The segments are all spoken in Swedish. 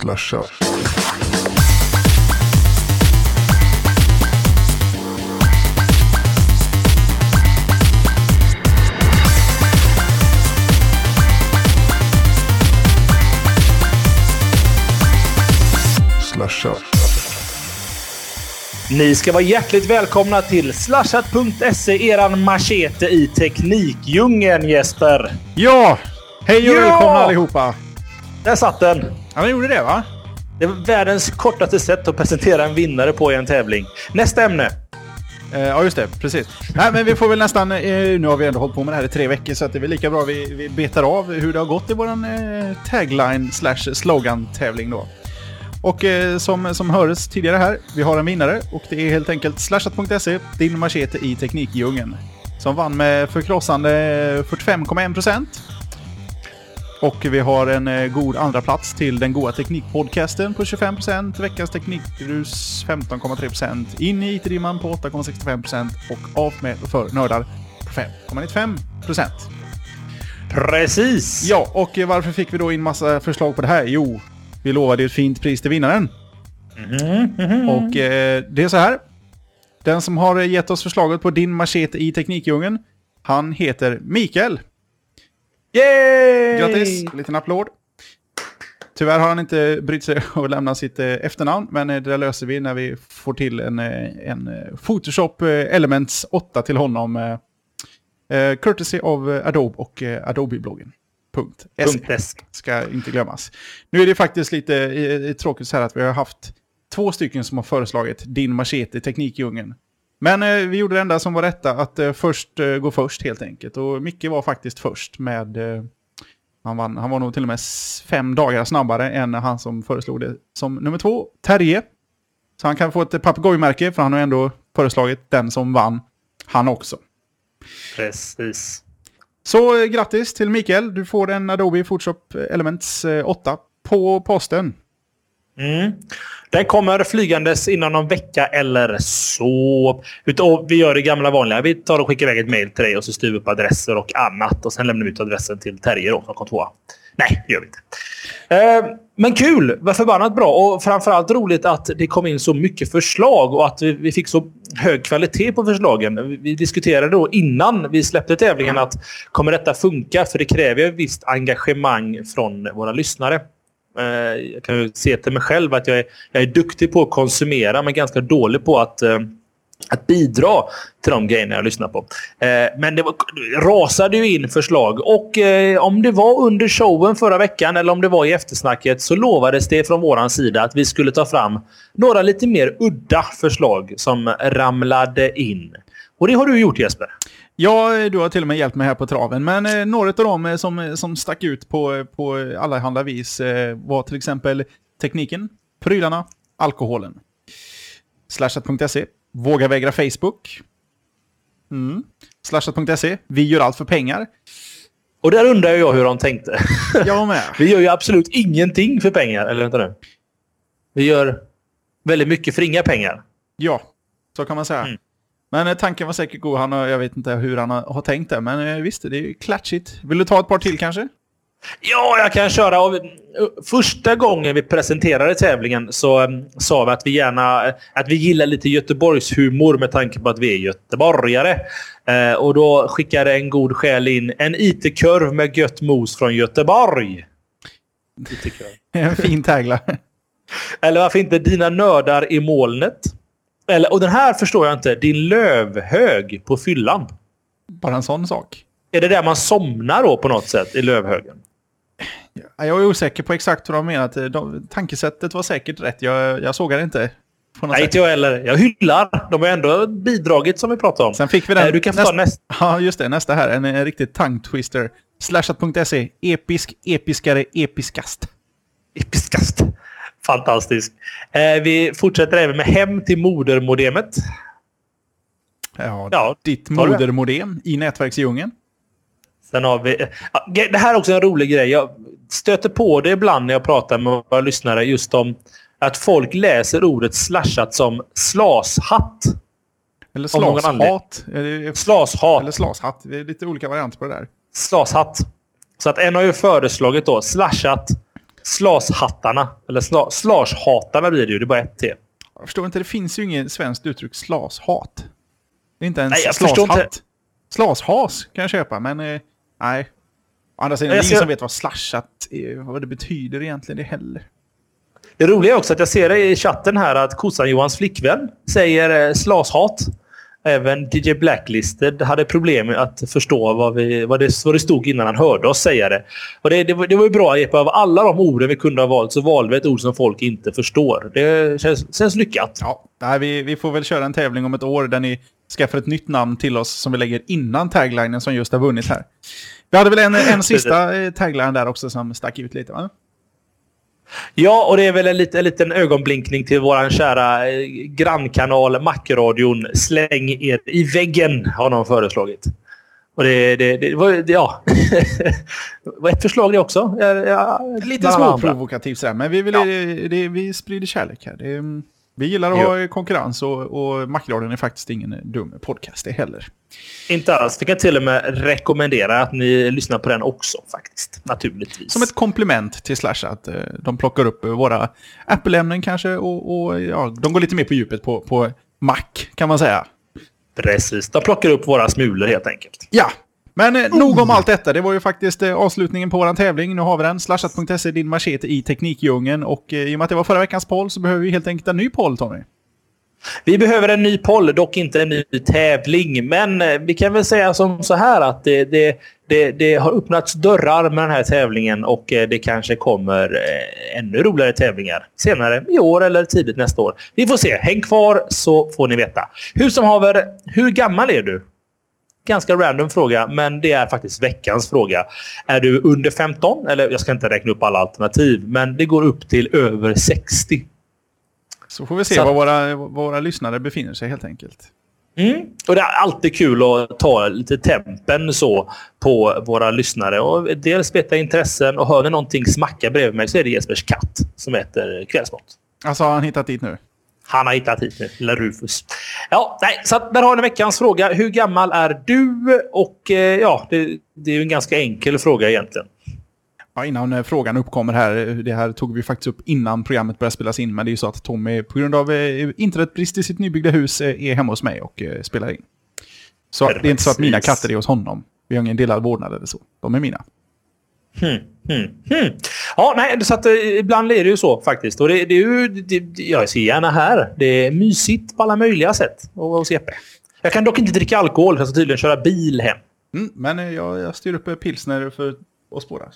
Slasha. Slasha. Ni ska vara hjärtligt välkomna till slashat.se, eran machete i teknikdjungeln, Jesper. Ja! Hej och välkomna allihopa. Där satt den. Ja, den gjorde det, va? Det var världens kortaste sätt att presentera en vinnare på en tävling. Nästa ämne. Ja, just det. Precis. Nej, men vi får väl nästan... nu har vi ändå hållit på med det här i 3 veckor, så att det är väl lika bra vi betar av hur det har gått i våran tagline/slogan-tävling då. Och som hördes tidigare här, vi har en vinnare och det är helt enkelt slashat.se, din machete i teknikdjungeln, som vann med förkrossande 45,1%. Och vi har en god andra plats till den goda teknikpodcasten på 25%, veckans teknikrus 15,3%, in i IT-dimman på 8,65% och av med för nördar på 5,95%. Precis! Ja, och varför fick vi då in massa förslag på det här? Jo, vi lovade ju ett fint pris till vinnaren. Och det är så här. Den som har gett oss förslaget på din machete i teknikdjungeln, han heter Mikael. Yay! Grattis, en liten applåd. Tyvärr har han inte brytt sig att lämna sitt efternamn, men det löser vi när vi får till en Photoshop Elements 8 till honom. Courtesy of Adobe och Adobe-bloggen. Ska inte glömmas. Nu är det faktiskt lite tråkigt så här att vi har haft 2 stycken som har föreslagit din machete i teknikdjungeln. Men vi gjorde det enda som var rätta, att gå först helt enkelt. Och Micke var faktiskt först med... Han var nog till och med 5 dagar snabbare än han som föreslog det som nummer 2, Terje. Så han kan få ett papegojmärke, för han har ändå föreslagit den som vann, han också. Precis. Så grattis till Mikael. Du får en Adobe Photoshop Elements 8 på posten. Den kommer flygandes inom någon vecka eller så. Vi gör det gamla vanliga. Vi tar och skickar iväg ett mejl till dig och så styr vi upp adresser och annat. Och sen lämnar vi ut adressen till Terje då, som kom 2. Nej, det gör vi inte. Men kul! Var förbannat bra. Och framförallt roligt att det kom in så mycket förslag och att vi fick så hög kvalitet på förslagen. Vi diskuterade då innan vi släppte tävlingen att kommer detta funka? För det kräver ju ett visst engagemang från våra lyssnare. Jag kan ju se till mig själv att jag är duktig på att konsumera, men ganska dålig på att bidra till de grejerna jag lyssnar på. Men det rasade ju in förslag. Och om det var under showen förra veckan eller om det var i eftersnacket, så lovades det från våran sida att vi skulle ta fram några lite mer udda förslag som ramlade in. Och det har du gjort, Jesper. Ja, du har till och med hjälpt mig här på traven. Men några av dem som stack ut på allehanda vis var till exempel tekniken, prylarna, alkoholen. Slashat.se, våga vägra Facebook. Slashat.se, vi gör allt för pengar. Och där undrar jag hur de tänkte. Jag med. Vi gör ju absolut ingenting för pengar, eller inte nu? Vi gör väldigt mycket för inga pengar. Ja, så kan man säga. Men tanken var säkert god. Jag vet inte hur han har tänkt det. Men visst, det är ju klatschigt. Vill du ta ett par till kanske? Ja, jag kan köra. Första gången vi presenterade tävlingen så sa vi att vi gillar lite Göteborgs humor med tanke på att vi är göteborgare. Och då skickade en god själ in en IT-kurv med gött mos från Göteborg. En fin tagline. Eller varför inte dina nördar i molnet? Och den här förstår jag inte. Din lövhög på fyllan. Bara en sån sak. Är det där man somnar då på något sätt i lövhögen? Jag är osäker på exakt vad de menar. Tankesättet var säkert rätt. Jag såg det inte. Nej, inte jag heller. Jag hyllar. De har ändå bidragit som vi pratade om. Sen fick vi den. Du kan få ta nästa. Ja, just det. Nästa här. En riktig tongue-twister. Slashat.se. Episkare, episkast. Episkast. Fantastiskt. Vi fortsätter även med hem till modermodemet. Ja, ditt modermodem i nätverksdjungeln. Sen har vi... Det här är också en rolig grej. Jag stöter på det ibland när jag pratar med våra lyssnare just om att folk läser ordet slashat som slashatt. Eller slashat. Slashat. Eller slashatt. Det är lite olika varianter på det där. Slashatt. Så att en har ju föreslagit då slashat Slashattarna. Eller slarshatarna blir det ju. Det är bara ett T. Jag förstår inte, det finns ju ingen svenskt uttryck slashat. Det är inte ens Nej, jag förstår inte. Slashas kan jag köpa, men nej. Å andra sidan, det är ingen som vet vad slashat är, vad det betyder egentligen det heller. Det roliga är också att jag ser det i chatten här att Kossan Johans flickvän säger slashat. Även DJ Blacklisted hade problem med att förstå vad det stod innan han hörde oss säga det. Och det var ju bra, Jeppe. Av alla de orden vi kunde ha valt så valde vi ett ord som folk inte förstår. Det känns lyckat. Ja, vi får väl köra en tävling om ett år där ni skaffar ett nytt namn till oss som vi lägger innan taglinen som just har vunnit här. Vi hade väl en sista tagline där också som stack ut lite, va? Ja, och det är väl en liten ögonblinkning till våran kära grannkanal Macradion. Släng er i väggen, har någon föreslagit. Och det var ett förslag det också. Lite småprovokativt så här, men vi sprider kärlek här. Vi gillar att ha konkurrens och Macradion är faktiskt ingen dum podcast det heller. Inte alls. Vi kan till och med rekommendera att ni lyssnar på den också faktiskt. Naturligtvis. Som ett komplement till Slash att de plockar upp våra Apple-ämnen kanske och de går lite mer på djupet på Mac kan man säga. Precis. De plockar upp våra smulor helt enkelt. Ja. Men nog om allt detta. Det var ju faktiskt avslutningen på våran tävling. Nu har vi den. Slashat.se, din machete i teknikdjungeln. Och i och med att det var förra veckans poll så behöver vi helt enkelt en ny poll, Tommy. Vi behöver en ny poll, dock inte en ny tävling. Men vi kan väl säga som så här att det har öppnats dörrar med den här tävlingen och det kanske kommer ännu roligare tävlingar senare i år eller tidigt nästa år. Vi får se. Häng kvar så får ni veta. Hur gammal är du? Ganska random fråga, men det är faktiskt veckans fråga. Är du under 15? Eller jag ska inte räkna upp alla alternativ, men det går upp till över 60. Så får vi se var våra lyssnare befinner sig helt enkelt. Och det är alltid kul att ta lite tempen så på våra lyssnare. Och dels veta intressen och hör ni någonting smacka bredvid mig så är det Jespers katt som heter Kvällsmat. Alltså har han hittat dit nu? Han har hittat hit nu, eller Rufus. Ja, nej, så där har ni veckans fråga. Hur gammal är du? Och det är ju en ganska enkel fråga egentligen. Ja, innan frågan uppkommer här, det här tog vi faktiskt upp innan programmet började spelas in, men det är ju så att Tommy på grund av internetbrist i sitt nybyggda hus är hemma hos mig och spelar in. Så det är inte så att mina katter är hos honom. Vi har ingen delad vårdnad eller så. De är mina. Ja, nej, så att ibland är det ju så faktiskt. Och det är ju, jag ser gärna här. Det är mysigt på alla möjliga sätt att se på. Jag kan dock inte dricka alkohol för att tydligen köra bil hem. Men jag styr upp pilsner för att spåra.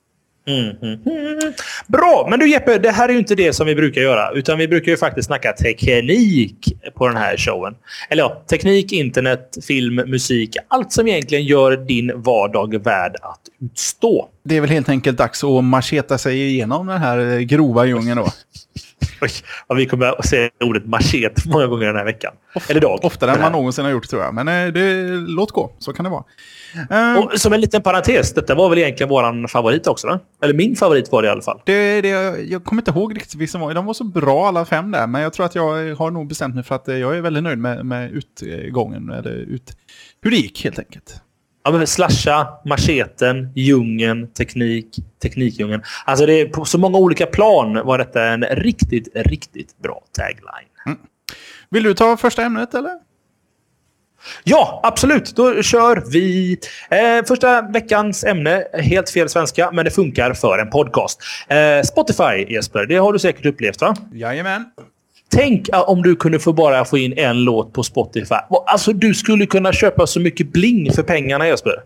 Bra, men du Jeppe, det här är ju inte det som vi brukar göra, utan vi brukar ju faktiskt snacka teknik på den här showen. Eller ja, teknik, internet, film, musik, allt som egentligen gör din vardag värd att utstå. Det är väl helt enkelt dags att macheta sig igenom den här grova djungeln då. Ja, vi kommer att säga ordet machete många gånger den här veckan. Eller dag. Oftare än man någonsin har gjort, tror jag. Men låt gå, så kan det vara. Och som en liten parentes, detta var väl egentligen våran favorit också, va? Eller min favorit var det i alla fall. Jag kommer inte ihåg riktigt vilka som var. De var så bra alla 5 där, men jag tror att jag har nog bestämt mig för att jag är väldigt nöjd med utgången. Eller hur det gick, helt enkelt. Ja, men slasha, macheten, djungeln, teknikdjungeln. Alltså det är på så många olika plan var detta en riktigt, riktigt bra tagline. Vill du ta första ämnet, eller? Ja, absolut. Då kör vi. Första veckans ämne, helt fel svenska, men det funkar för en podcast. Spotify, Jesper, det har du säkert upplevt, va? Jajamän. Tänk om du kunde få in en låt på Spotify. Alltså, du skulle kunna köpa så mycket bling för pengarna, Jesper.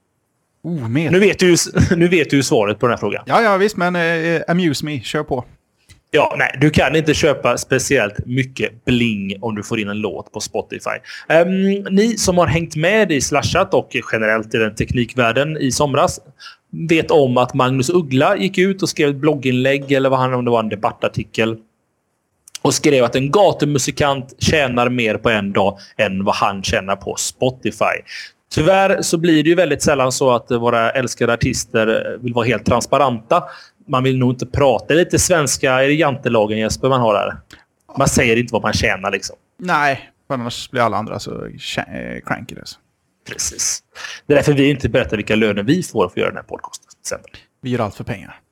Nu vet du svaret på den här frågan. Ja, visst, men amuse me, kör på. Ja, nej, du kan inte köpa speciellt mycket bling om du får in en låt på Spotify. Ni som har hängt med i Slashat och generellt i den teknikvärlden i somras vet om att Magnus Uggla gick ut och skrev ett blogginlägg eller om det var en debattartikel och skrev att en gatumusikant tjänar mer på en dag än vad han tjänar på Spotify. Tyvärr så blir det ju väldigt sällan så att våra älskade artister vill vara helt transparenta. Man vill nog inte prata. Lite svenska, är det jantelagen, Jesper, man har där? Man säger inte vad man tjänar liksom. Nej, annars blir alla andra så cranky. Precis. Det är därför vi inte berättar vilka löner vi får för att göra den här podcasten. Vi gör allt för pengar.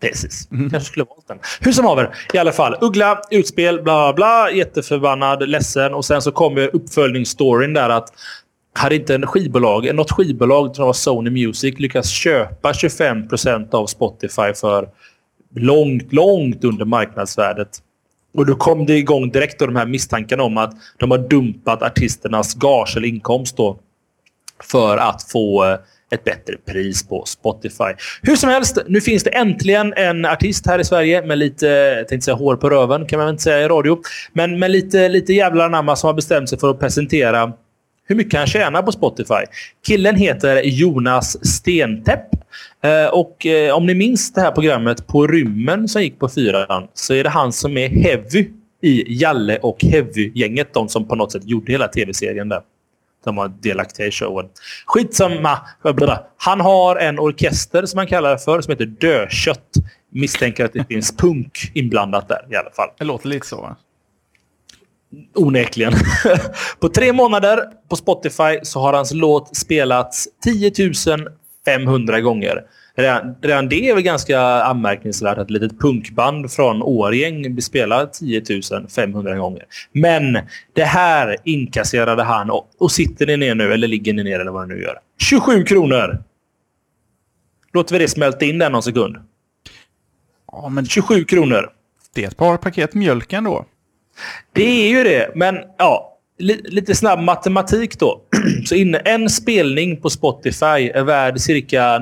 Precis. Kanske skulle valt den. Hur som haver. I alla fall. Uggla, utspel, bla bla. Jätteförbannad, ledsen. Och sen så kommer uppföljningsstoryn där att hade inte något skivbolag som var Sony Music lyckats köpa 25% av Spotify för långt under marknadsvärdet. Och då kom det igång direkt de här misstankarna om att de har dumpat artisternas gage eller inkomst då för att få ett bättre pris på Spotify. Hur som helst, nu finns det äntligen en artist här i Sverige med lite, jag tänkte säga hår på röven, kan man inte säga i radio, men med lite jävla namn som har bestämt sig för att presentera hur mycket han tjänar på Spotify. Killen heter Jonas Stentepp. Och om ni minns det här programmet På rymmen som gick på 4 så är det han som är Heavy i Jalle och Heavy-gänget. De som på något sätt gjorde hela tv-serien där. De var delaktiga i showen. Skitsamma. Han har en orkester som han kallar det för som heter Dökött. Misstänker att det finns punk inblandat där i alla fall. Det låter lite så, va? Onekligen. På 3 månader på Spotify så har hans låt spelats 10 500 gånger. Redan det är väl ganska anmärkningsvärt att ett litet punkband från Årgäng spelar 10 500 gånger. Men det här inkasserade han och sitter ni ner nu eller ligger ni ner eller vad det nu gör. 27 kronor. Låter vi det smälta in där någon sekund. Ja, men 27 kronor. Det är ett par paket mjölk ändå. Det är ju det, men ja, lite snabb matematik då. Så en spelning på Spotify är värd cirka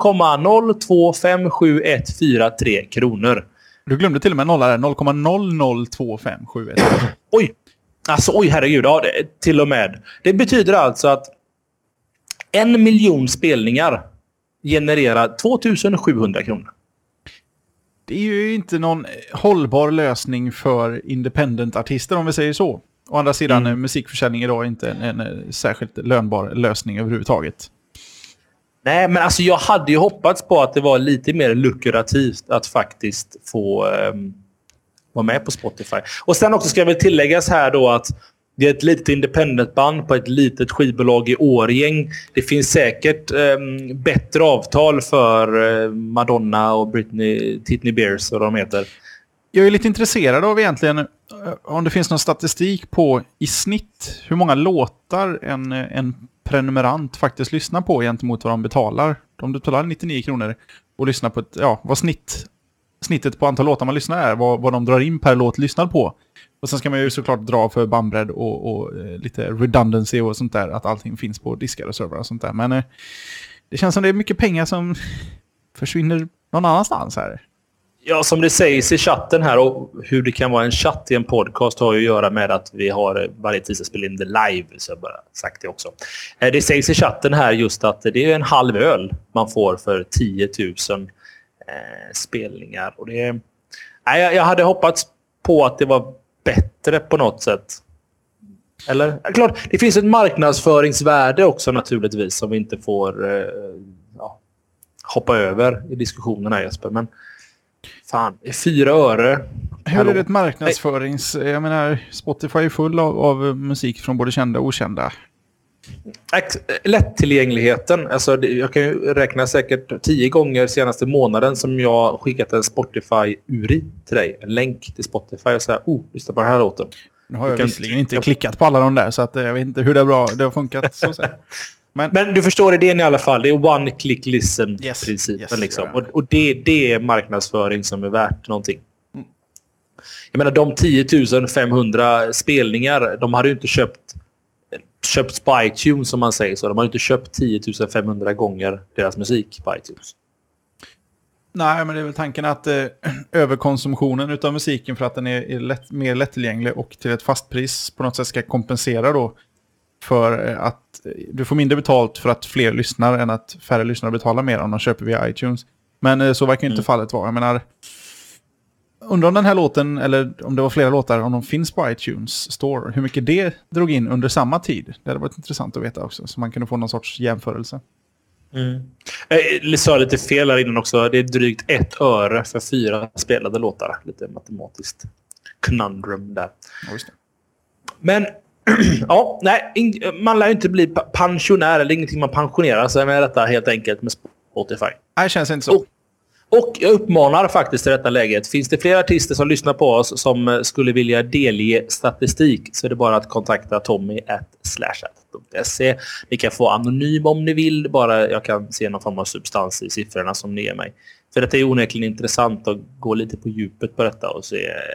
0,02574143 kronor. Du glömde till och med nolla där. 0,002571. Oj! Alltså, oj herregud. Ja, till och med. Det betyder alltså att 1 miljon spelningar genererar 2700 kronor. Det är ju inte någon hållbar lösning för independent-artister om vi säger så. Å andra sidan musikförsäljning idag är inte en särskilt lönbar lösning överhuvudtaget. Nej, men alltså jag hade ju hoppats på att det var lite mer lukrativt att faktiskt få vara med på Spotify. Och sen också ska jag väl tilläggas här då att det är ett litet independentband på ett litet skivbolag i Årgäng. Det finns säkert bättre avtal för Madonna och Britney Spears och vad de heter. Jag är lite intresserad av egentligen om det finns någon statistik på i snitt hur många låtar en prenumerant faktiskt lyssnar på gentemot vad de betalar. De betalar 99 kronor och lyssnar på vad snittet på antal låtar man lyssnar är, vad de drar in per låt lyssnad på. Och sen ska man ju såklart dra för bandbredd och lite redundancy och sånt där, att allting finns på diskar och servrar och sånt där. Men det känns som det är mycket pengar som försvinner någon annanstans här. Ja, som det sägs i chatten här och hur det kan vara en chatt i en podcast har ju att göra med att vi har varje tisdag spelar in det live, så jag bara sagt det också. Det sägs i chatten här just att det är en halv öl man får för 10 000 spelningar. Och det jag hade hoppats på att det var bättre på något sätt. Eller? Klart, det finns ett marknadsföringsvärde också naturligtvis som vi inte får hoppa över i diskussionen här, Jesper. Men fan, 4 öre. Hur är det ett marknadsförings... Jag menar, Spotify är full av musik från både kända och okända. Lättillgängligheten. Alltså, jag kan ju räkna säkert 10 gånger senaste månaden som jag skickat en Spotify-URI till dig. En länk till Spotify och säga, lyssna på den här låten. Nu har jag visserligen inte klickat på alla de där, så att jag vet inte hur det har funkat. Så att säga. Men du förstår idén i alla fall. Det är one-click-listen-principen. Yes, liksom. Och det är marknadsföring som är värt någonting. Jag menar, de 10 500 spelningar, de hade ju inte köpt på iTunes som man säger så. De har ju inte köpt 10 500 gånger deras musik på iTunes. Nej, men det är väl tanken att överkonsumtionen utav musiken för att den är mer lättillgänglig och till ett fast pris på något sätt ska kompensera då för att du får mindre betalt för att fler lyssnar än att färre lyssnare betalar mer om de köper via iTunes. Men så verkar inte fallet vara. Jag menar, undrar om den här låten, eller om det var flera låtar, om de finns på iTunes Store, hur mycket det drog in under samma tid. Det hade varit intressant att veta också, så man kunde få någon sorts jämförelse. Jag sa lite fel här innan också. Det är drygt 1 öre för 4 spelade låtar. Lite matematiskt conundrum där. Ja, just det. Men ja, nej, man lär ju inte bli pensionär eller ingenting man pensionerar sig med detta helt enkelt med Spotify. Nej, känns inte så. Och jag uppmanar faktiskt i detta läget. Finns det fler artister som lyssnar på oss som skulle vilja delge statistik, så är det bara att kontakta tommy@slashat.se. Ni kan få anonym om ni vill. Bara jag kan se någon form av substans i siffrorna som ni ger mig. För det är onekligen intressant att gå lite på djupet på detta och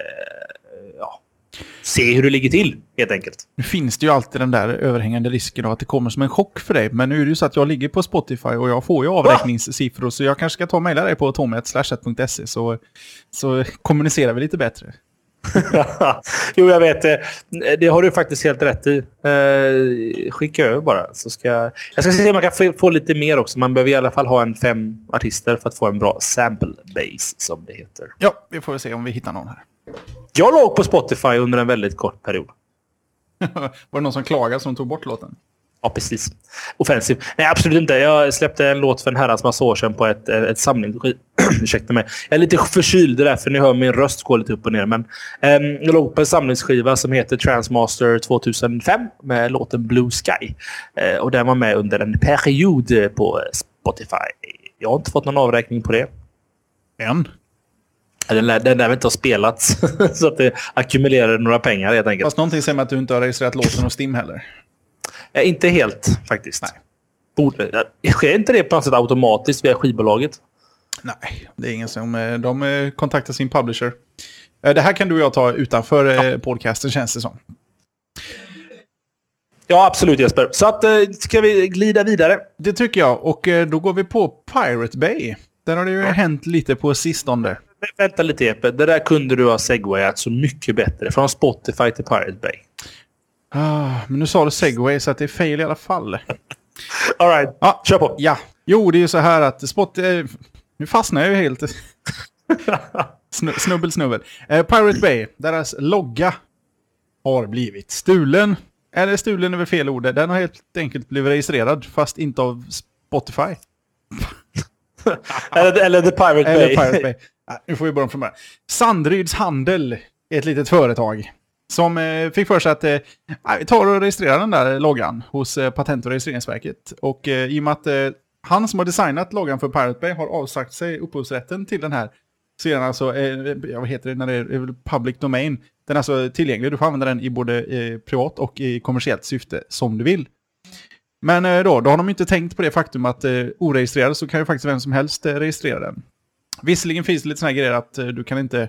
se hur det ligger till, helt enkelt. Nu finns det ju alltid den där överhängande risken av att det kommer som en chock för dig. Men nu är det ju så att jag ligger på Spotify och jag får ju avräkningssiffror. Så jag kanske ska ta och mejla dig på tommy@slashat.se så kommunicerar vi lite bättre. Jo, jag vet det. Det har du faktiskt helt rätt i. Skicka över bara. Jag ska se om man kan få lite mer också. Man behöver i alla fall ha 5 artister för att få en bra sample base, som det heter. Ja, vi får se om vi hittar någon här. Jag låg på Spotify under en väldigt kort period. Var det någon som klagade som tog bort låten? Ja, precis. Offensiv. Nej, absolut inte. Jag släppte en låt för en herrans massa år sedan på ett samling. Ursäkta mig. Jag är lite förkyld där, för ni hör min röst gå lite upp och ner. Men jag låg på en samlingsskiva som heter Transmaster 2005 med låten Blue Sky. Och den var med under en period på Spotify. Jag har inte fått någon avräkning på det. Än? Den där inte har spelats så att det ackumulerar några pengar, helt enkelt. Fast någonting säger att du inte har registrerat låten hos Steam heller. Inte helt, faktiskt. Nej. Sker inte det på något sätt automatiskt via skivbolaget? Nej, det är ingen som... De kontaktar sin publisher. Det här kan du och jag ta utanför podcasten, känns det som. Ja, absolut, Jesper. Så att, ska vi glida vidare? Det tycker jag. Och då går vi på Pirate Bay. Där har det ju hänt lite på sistone. Vänta lite, Jeppe. Det där kunde du ha segwayat så mycket bättre. Från Spotify till Pirate Bay. Men nu sa du segway så att det är fel i alla fall. All right. Kör på. Ja. Jo, det är ju så här att nu fastnar jag ju helt. Snubbel. Pirate Bay, deras logga har blivit stulen. Eller stulen är väl fel ord. Den har helt enkelt blivit registrerad, fast inte av Spotify. eller The Pirate Bay. Nu får vi börja från början. Sandryds Handel är ett litet företag som fick för sig att vi tar och registrerar den där loggan hos Patent- och registreringsverket. Och i och med att han som har designat loggan för Pirate Bay har avsagt sig upphovsrätten till den här, så är den alltså, vad heter det när det är public domain. Den är alltså tillgänglig. Du får använda den i både privat och i kommersiellt syfte som du vill. Men då har de inte tänkt på det faktum att oregistrerad så kan ju faktiskt vem som helst registrera den. Visserligen finns det lite såna här grejer att du kan inte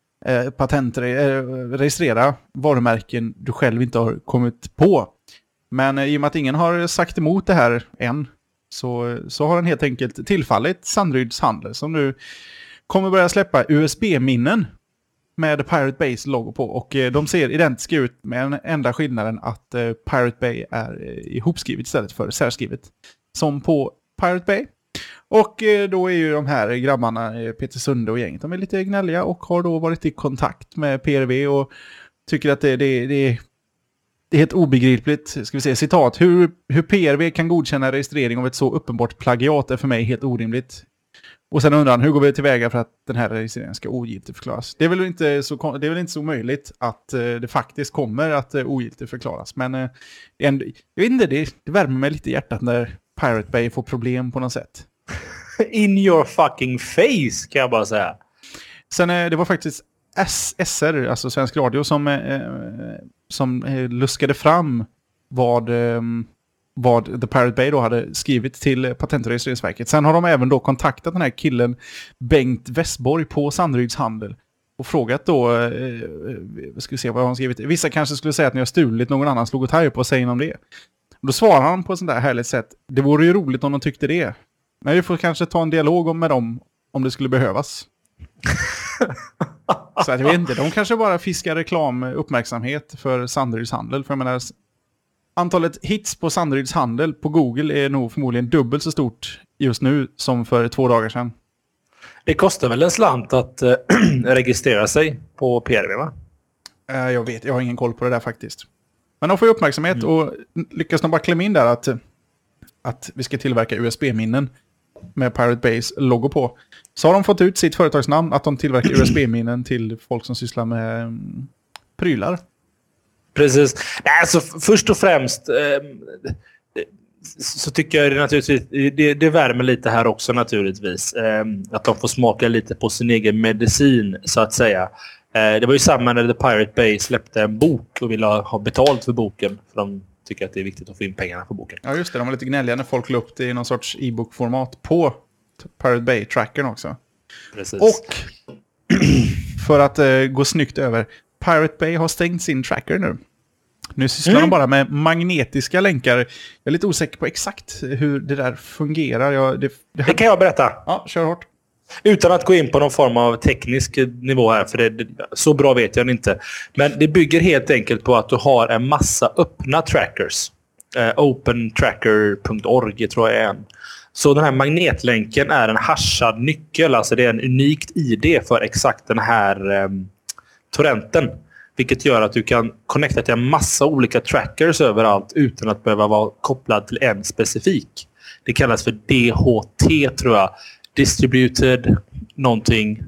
registrera varumärken du själv inte har kommit på. Men i och med att ingen har sagt emot det här än så har den helt enkelt tillfallit Sandryds Handel, som nu kommer börja släppa USB-minnen med Pirate Bays logo på. Och de ser identiska ut med en enda skillnaden att Pirate Bay är ihopskrivet istället för särskrivet. Som på Pirate Bay. Och då är ju de här grabbarna, Peter Sunde och gänget, de är lite gnälliga och har då varit i kontakt med PRV och tycker att det är helt obegripligt. Ska vi se, citat. Hur PRV kan godkänna registrering av ett så uppenbart plagiat är för mig helt orimligt. Och sen undrar han, hur går vi tillväga för att den här registreringen ska ogiltigförklaras? Det är väl inte så möjligt att det faktiskt kommer att ogiltigförklaras. Men jag vet inte, det värmer mig lite i hjärtat när Pirate Bay får problem på något sätt. In your fucking face, kan jag bara säga. Sen det var faktiskt SR, alltså Svensk Radio, som luskade fram vad The Pirate Bay då hade skrivit till Patent- och registreringsverket. Sen har de även då kontaktat den här killen Bengt Westborg på Sandryds Handel och frågat då, ska vi se vad han skrivit. Vissa kanske skulle säga att ni har stulit någon annans logotyp och säger om det. Och då svarar han på ett sånt där härligt sätt. Det vore ju roligt om de tyckte det. Men vi får kanske ta en dialog med dem om det skulle behövas. Så att jag vet inte, de kanske bara fiskar uppmärksamhet för Sandryds Handel. För jag menar, antalet hits på Sandryds Handel på Google är nog förmodligen dubbelt så stort just nu som för 2 dagar sedan. Det kostar väl en slant att registrera sig på PRV, va? Jag har ingen koll på det där faktiskt. Men de får ju uppmärksamhet och lyckas de bara klämma in där att vi ska tillverka USB-minnen med Pirate Bays logo på. Så har de fått ut sitt företagsnamn att de tillverkar USB-minnen till folk som sysslar med prylar. Precis. Alltså, först och främst så tycker jag det naturligtvis det värmer lite här också naturligtvis. Att de får smaka lite på sin egen medicin så att säga. Det var ju samma när The Pirate Bay släppte en bok och ville ha betalt för boken. För de tycker att det är viktigt att få in pengarna på boken. Ja just det, de var lite gnälliga när folk la upp det i någon sorts e-book-format på Pirate Bay-trackern också. Precis. Och för att gå snyggt över, Pirate Bay har stängt sin tracker nu. Nu sysslar de bara med magnetiska länkar. Jag är lite osäker på exakt hur det där fungerar. Det kan jag berätta. Ja, kör hårt. Utan att gå in på någon form av teknisk nivå här, för så bra vet jag inte. Men det bygger helt enkelt på att du har en massa öppna trackers. Opentracker.org tror jag är en. Så den här magnetlänken är en hashad nyckel. Alltså det är en unikt ID för exakt den här torrenten. Vilket gör att du kan connecta till en massa olika trackers överallt utan att behöva vara kopplad till en specifik. Det kallas för DHT tror jag. Distributed någonting.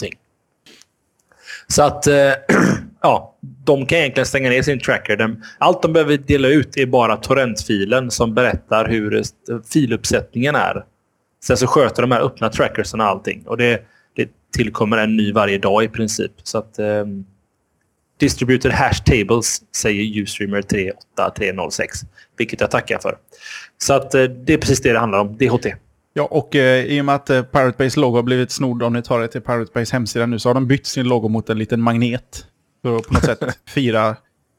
Så att ja, de kan egentligen stänga ner sin tracker. Allt de behöver dela ut är bara torrentfilen som berättar hur filuppsättningen är. Sen så sköter de här öppna trackersen och allting. Och det tillkommer en ny varje dag i princip. Så att Distributed Hash Tables säger Ustreamer 38306. Vilket jag tackar för. Så att det är precis det handlar om. DHT. Ja, och i och med att Pirate Bays logo har blivit snodd, om ni tar det till Pirate Bays hemsida nu, så har de bytt sin logo mot en liten magnet. För att på något sätt fira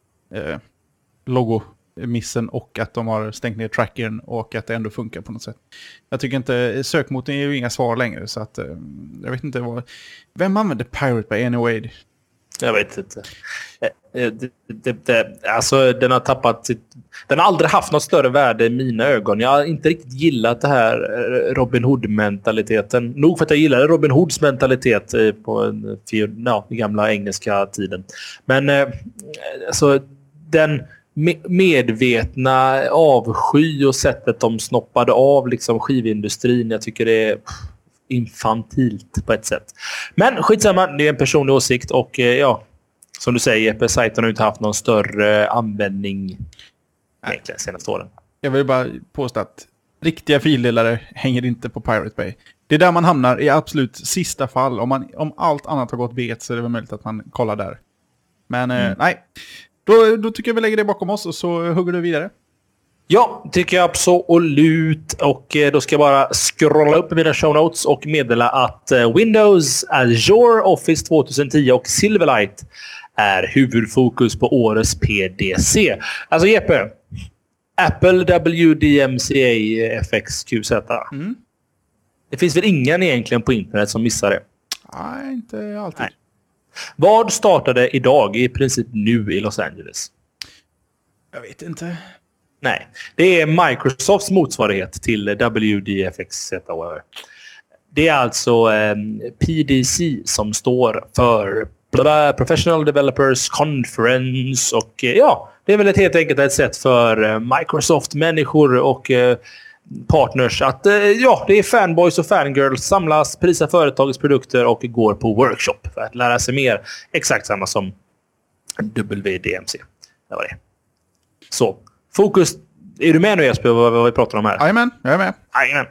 logomissen och att de har stängt ner trackern och att det ändå funkar på något sätt. Jag tycker inte, sökmotorn är ju inga svar längre, så att jag vet inte vad... Vem använder Pirate Bay anyway? Jag vet inte. Alltså den har tappat sitt... Den har aldrig haft något större värde i mina ögon. Jag har inte riktigt gillat det här Robin Hood-mentaliteten. Nog för att jag gillade Robin Hoods mentalitet på den gamla engelska tiden. Men alltså den medvetna avsky och sättet de snoppade av liksom skivindustrin. Jag tycker det är infantilt på ett sätt. Men skitsamma, det är en personlig åsikt och ja, som du säger, Jeppe, sajten har inte haft någon större användning egentligen senaste åren. Jag vill bara påstå att riktiga fildelare hänger inte på Pirate Bay. Det är där man hamnar i absolut sista fall. Om allt annat har gått bet så är det väl möjligt att man kollar där. Men nej, då tycker jag vi lägger det bakom oss och så hugger du vidare. Ja, tycker jag absolut. Och då ska jag bara scrolla upp i mina show notes och meddela att Windows, Azure, Office 2010 och Silverlight är huvudfokus på årets PDC. Alltså Jeppe, Apple WDMCA FXQZ. Det finns väl ingen egentligen på internet som missar det? Nej, inte alltid. Nej. Vad startade idag i princip nu i Los Angeles? Jag vet inte. Nej, det är Microsofts motsvarighet till WDFXZ. Det är alltså PDC som står för Professional Developers Conference och ja, det är väl helt enkelt ett sätt för Microsoft-människor och partners att ja, det är fanboys och fangirls samlas, prisar företagets produkter och går på workshop för att lära sig mer. Exakt samma som WDMC. Det var det. Så, fokus. Är du med nu Jesper vad vi pratar om här? Jajamän, jag är med. Jajamän.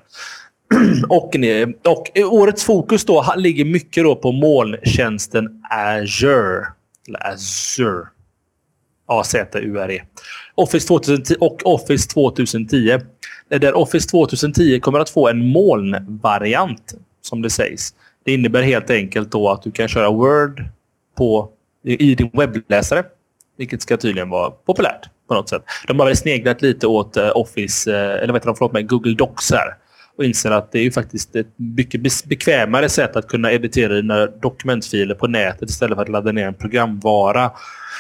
Och årets fokus då ligger mycket då på molntjänsten Azure. Eller Azure. A-Z-U-R-E. Office 2010 och Office 2010. Där Office 2010 kommer att få en molnvariant som det sägs. Det innebär helt enkelt då att du kan köra Word i din webbläsare. Vilket ska tydligen vara populärt på något sätt. De har väl sneglat lite åt Office, Google Docs här. Och inser att det är ju faktiskt ett mycket bekvämare sätt att kunna editera dina dokumentfiler på nätet istället för att ladda ner en programvara.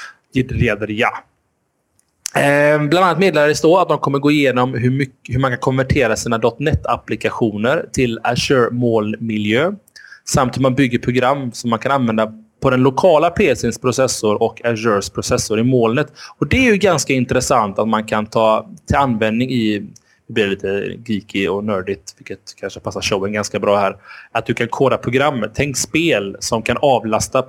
Bland annat meddelades då att de kommer gå igenom hur man kan konvertera sina .NET-applikationer till Azure-molnmiljö. Samt hur man bygger program som man kan använda på den lokala PC:ns processor och Azures processor i molnet. Och det är ju ganska intressant att man kan ta till användning i... Det blir lite geeky och nördigt, vilket kanske passar showen ganska bra här. Att du kan koda program, tänk spel som kan avlasta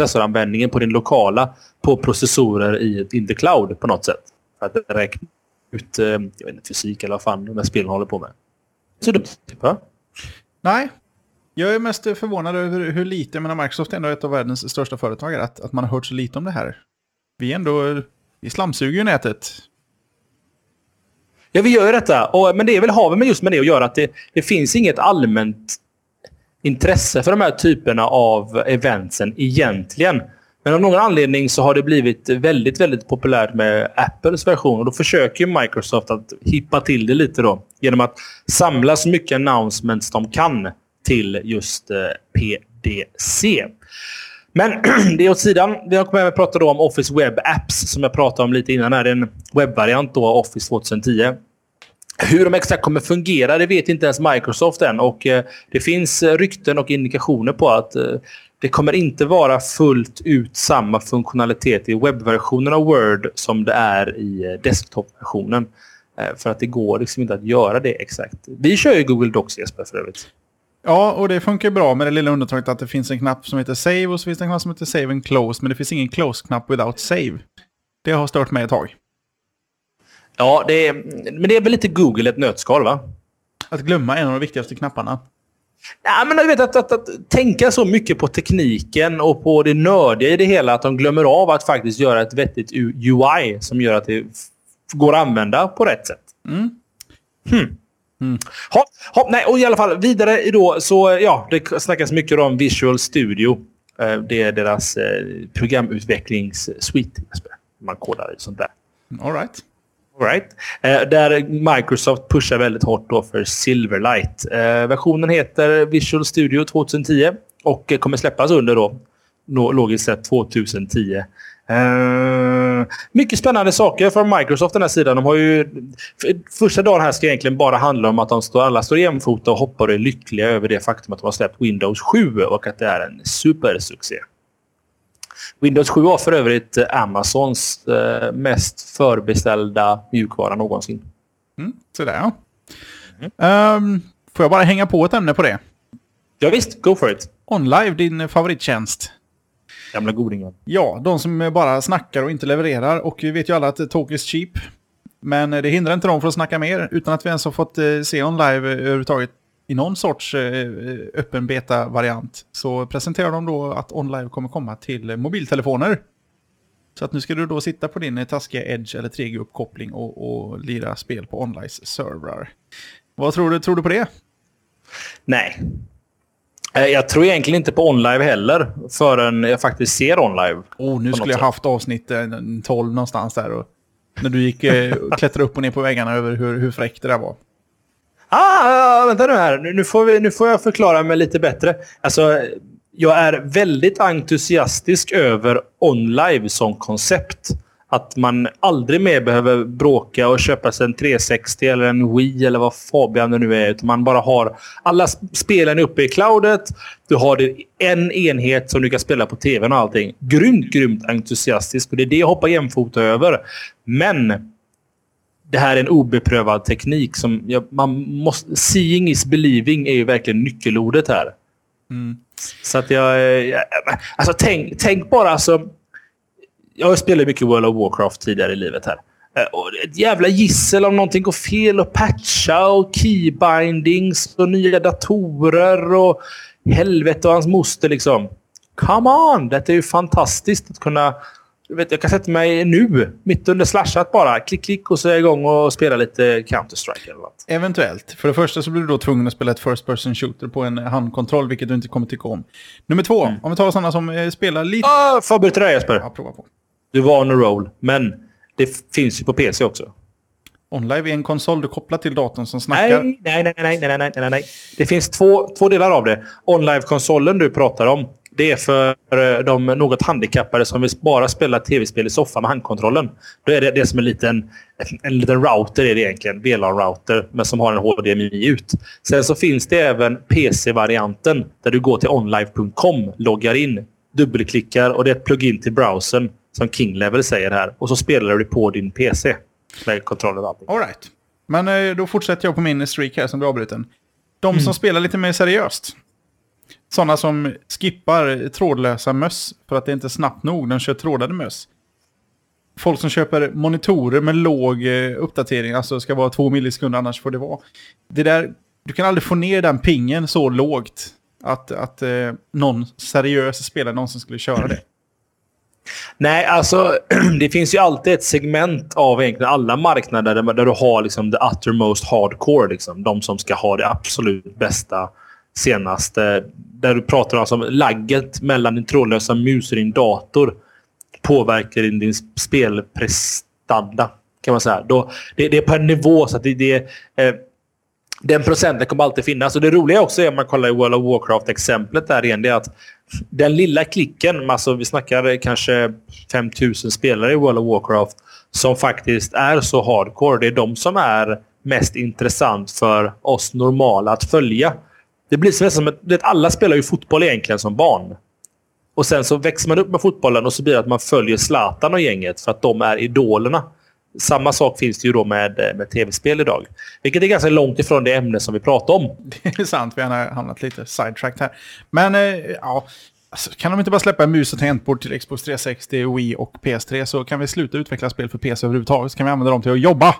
processoranvändningen på din lokala på processorer in the cloud på något sätt. För att räkna jag vet inte, fysik eller vad fan de här spelen håller på med. Så dumt, va? Nej. Jag är mest förvånad över hur lite, men Microsoft är ändå ett av världens största företag, att man har hört så lite om det här. Vi slamsuger ju nätet. Ja, vi gör ju detta. Men det är väl har vi just med det att göra att det finns inget allmänt intresse för de här typerna av eventsen egentligen. Men av någon anledning så har det blivit väldigt, väldigt populärt med Apples version. Och då försöker ju Microsoft att hippa till det lite då. Genom att samla så mycket announcements de kan till just PDC. Men det är åt sidan. Vi har kommit att prata då om Office Web Apps som jag pratade om lite innan. Det är en webbvariant då av Office 2010. Hur de exakt kommer fungera, det vet inte ens Microsoft än. Och det finns rykten och indikationer på att det kommer inte vara fullt ut samma funktionalitet i webbversionen av Word som det är i desktop-versionen. För att det går liksom inte att göra det exakt. Vi kör ju Google Docs, Jesper, för övrigt. Ja, och det funkar bra med det lilla undantaget att det finns en knapp som heter Save och så finns det en knapp som heter Save and Close. Men det finns ingen Close-knapp without Save. Det har stört mig ett tag. Ja, men det är väl lite Google ett nötskal, va? Att glömma en av de viktigaste knapparna. Ja, men jag vet att tänka så mycket på tekniken och på det nördiga i det hela att de glömmer av att faktiskt göra ett vettigt UI som gör att det går att använda på rätt sätt. Nej, och i alla fall vidare då så ja, det snackas mycket om Visual Studio. Det är deras programutvecklingsuite. Man kodar i sånt där. All right. Där Microsoft pushar väldigt hårt då för Silverlight. Versionen heter Visual Studio 2010 och kommer släppas under då logiskt sett 2010. Mycket spännande saker från Microsoft den här sidan. De har ju första dagen här ska egentligen bara handla om att alla står jämfota och hoppar och är lyckliga över det faktum att de har släppt Windows 7 och att det är en supersuccé. Windows 7 var för övrigt Amazons mest förbeställda mjukvara någonsin. Sådär, ja. Får jag bara hänga på ett ämne på det? Ja visst, go for it. OnLive, din favorittjänst. Gamla godingar. Ja, de som bara snackar och inte levererar. Och vi vet ju alla att talk is cheap. Men det hindrar inte dem från att snacka mer utan att vi ens har fått se OnLive överhuvudtaget i någon sorts öppen beta-variant. Så presenterar de då att OnLive kommer komma till mobiltelefoner. Så att nu ska du då sitta på din taskiga Edge eller 3G-uppkoppling och lira spel på OnLives servrar. Vad tror du på det? Nej. Jag tror egentligen inte på OnLive heller förrän jag faktiskt ser OnLive. Nu skulle jag haft avsnitt 12 någonstans där. Och när du gick klättra upp och ner på väggarna över hur fräckt det där var. Vänta nu här. Nu får jag förklara mig lite bättre. Alltså, jag är väldigt entusiastisk över OnLive som koncept. Att man aldrig mer behöver bråka och köpa sig en 360 eller en Wii eller vad Fabian det nu är. Utan man bara har alla spelen uppe i cloudet. Du har en enhet som du kan spela på tvn och allting. Grymt entusiastisk. Och det är det jag hoppar jämfota över. Men det här är en obeprövad teknik som seeing is believing är ju verkligen nyckelordet här. Så att alltså tänk bara alltså. Jag har spelat mycket World of Warcraft tidigare i livet här. Och ett jävla gissel om någonting går fel och patcha och keybindings och nya datorer och helvete och hans moster liksom. Come on! Det är ju fantastiskt att kunna... Jag kan sätta mig nu, mitt under slashat bara. Klick och så är jag igång och spela lite Counter-Strike eller något. Eventuellt. För det första så blir du då tvungen att spela ett first person shooter på en handkontroll, vilket du inte kommer tycka om. Nummer 2, om vi tar sådana som spelar lite... Förbered dig Jesper. Ja, prova på. Du var on a roll, men det finns ju på PC också. OnLive är en konsol du kopplar till datorn som snackar. Nej. Det finns två delar av det. OnLive-konsolen du pratar om, det är för de något handikappade som vill bara spela tv-spel i soffan med handkontrollen. Då är det som en liten router är det egentligen. VLAN-router, men som har en HDMI ut. Sen så finns det även PC-varianten där du går till onlive.com, loggar in, dubbelklickar och det är ett plugin till browsern som King Level säger här. Och så spelar du på din PC med kontrollen och allting. All right. Men då fortsätter jag på min streak här som du avbruten. De som spelar lite mer seriöst. Sådana som skippar trådlösa möss för att det inte är snabbt nog. De kör trådade möss. folk som köper monitorer med låg uppdatering, alltså ska vara 2 millisekunder, annars får det vara. Det där, du kan aldrig få ner den pingen så lågt att någon seriös spelare någonsin skulle köra det. Nej, alltså det finns ju alltid ett segment av egentligen alla marknader där du har liksom the uttermost hardcore. Liksom. De som ska ha det absolut bästa, senaste. Där du pratar alltså om lagget mellan din trådlösa mus och din dator påverkar din spelprestanda, kan man säga. Det är på en nivå så att den procenten kommer alltid finnas. Och det roliga också är, om man kollar i World of Warcraft-exemplet där igen, det är att den lilla klicken, alltså vi snackar kanske 5000 spelare i World of Warcraft som faktiskt är så hardcore. Det är de som är mest intressant för oss normala att följa. Det blir som att alla spelar ju fotboll egentligen som barn. Och sen så växer man upp med fotbollen och så blir det att man följer Zlatan och gänget för att de är idolerna. Samma sak finns det ju då med tv-spel idag. Vilket är ganska långt ifrån det ämne som vi pratar om. Det är sant, vi har hamnat lite sidetracked här. Men ja, alltså, kan de inte bara släppa en mus och tangentbord till Xbox 360, Wii och PS3, så kan vi sluta utveckla spel för PC överhuvudtaget, så kan vi använda dem till att jobba.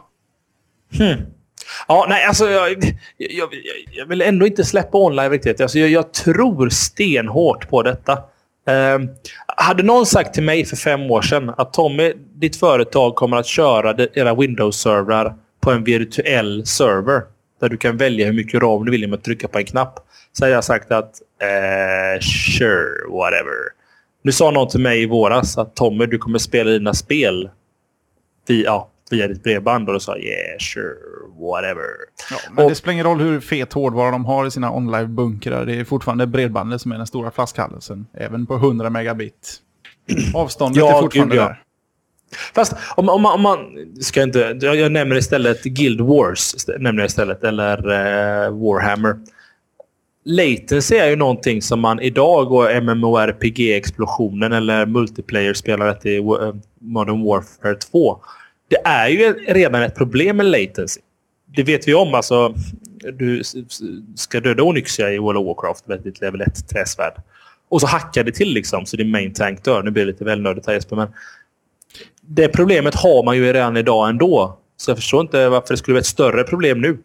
Ja, nej, alltså jag vill ändå inte släppa online riktigt. Alltså, jag tror stenhårt på detta. Hade någon sagt till mig för 5 år sedan att Tommy, ditt företag kommer att köra era Windows-servrar på en virtuell server där du kan välja hur mycket RAM du vill med att trycka på en knapp, så hade jag sagt att sure, whatever. Nu sa någon till mig i våras att Tommy, du kommer spela dina spel via ditt bredband, och då sa yeah, sure, whatever. Ja, men det spelar ingen roll hur fet hårdvara de har i sina online-bunkrar. Det är fortfarande bredbandet som är den stora flaskhallelsen. Även på 100 megabit. Avståndet är fortfarande där. Fast om man ska inte... Jag nämner istället Guild Wars. Eller Warhammer. Latency är ju någonting som man idag, och MMORPG-explosionen eller multiplayer-spelandet i Modern Warfare 2... Det är ju redan ett problem med latency. Det vet vi om. Alltså, du ska döda Onyxia i World of Warcraft med ditt level 1 träsvärd. Och så hackar det till liksom, så din main tank dör. Nu blir det lite väl nördigt här, Jesper, men det problemet har man ju redan idag ändå. Så jag förstår inte varför det skulle vara ett större problem nu.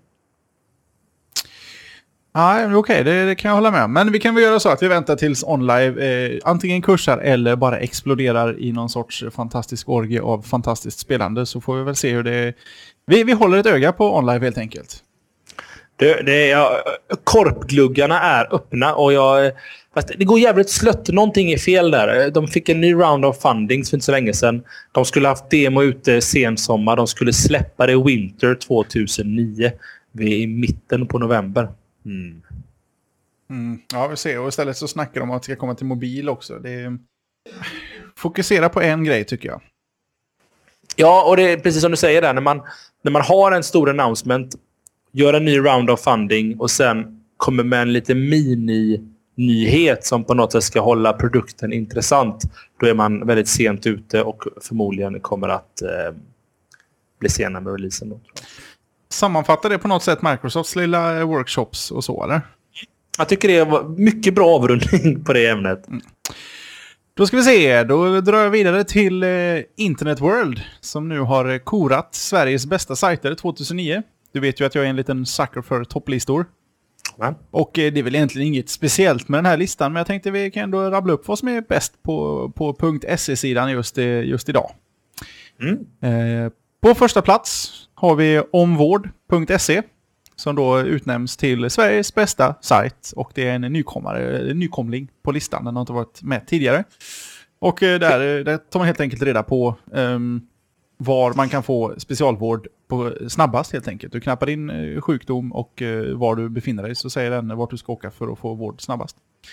Ja, okej, det kan jag hålla med om. Men vi kan väl göra så att vi väntar tills online antingen kursar eller bara exploderar i någon sorts fantastisk orgie av fantastiskt spelande, så får vi väl se hur det... Vi håller ett öga på online helt enkelt. Korpgluggarna är öppna och det går jävligt slött. Någonting är fel där. De fick en ny round of funding för inte så länge sedan. De skulle haft demo ute sensommar. De skulle släppa det winter 2009 i mitten på november. Ja, vi ser. Och istället så snackar de om att det ska komma till mobil också. Fokusera på en grej, tycker jag. Ja, och det är precis som du säger där. När man har en stor announcement, gör en ny round of funding och sen kommer med en lite mini-nyhet som på något sätt ska hålla produkten intressant, då är man väldigt sent ute och förmodligen kommer att bli sena med releasen då. Sammanfattar det på något sätt Microsofts lilla workshops och så, eller? Jag tycker det var mycket bra avrundning på det ämnet. Då ska vi se, då drar jag vidare till Internet World som nu har korat Sveriges bästa sajter 2009. Du vet ju att jag är en liten sucker för topplistor. Ja. Och det är väl egentligen inget speciellt med den här listan, men jag tänkte vi kan ändå rabbla upp vad som är bäst på .se-sidan just idag. På första plats har vi omvård.se som då utnämns till Sveriges bästa sajt, och det är en nykomling på listan. Den har inte varit med tidigare. Och där tar man helt enkelt reda på var man kan få specialvård på snabbast helt enkelt. Du knappar in sjukdom och var du befinner dig, så säger den vart du ska åka för att få vård snabbast.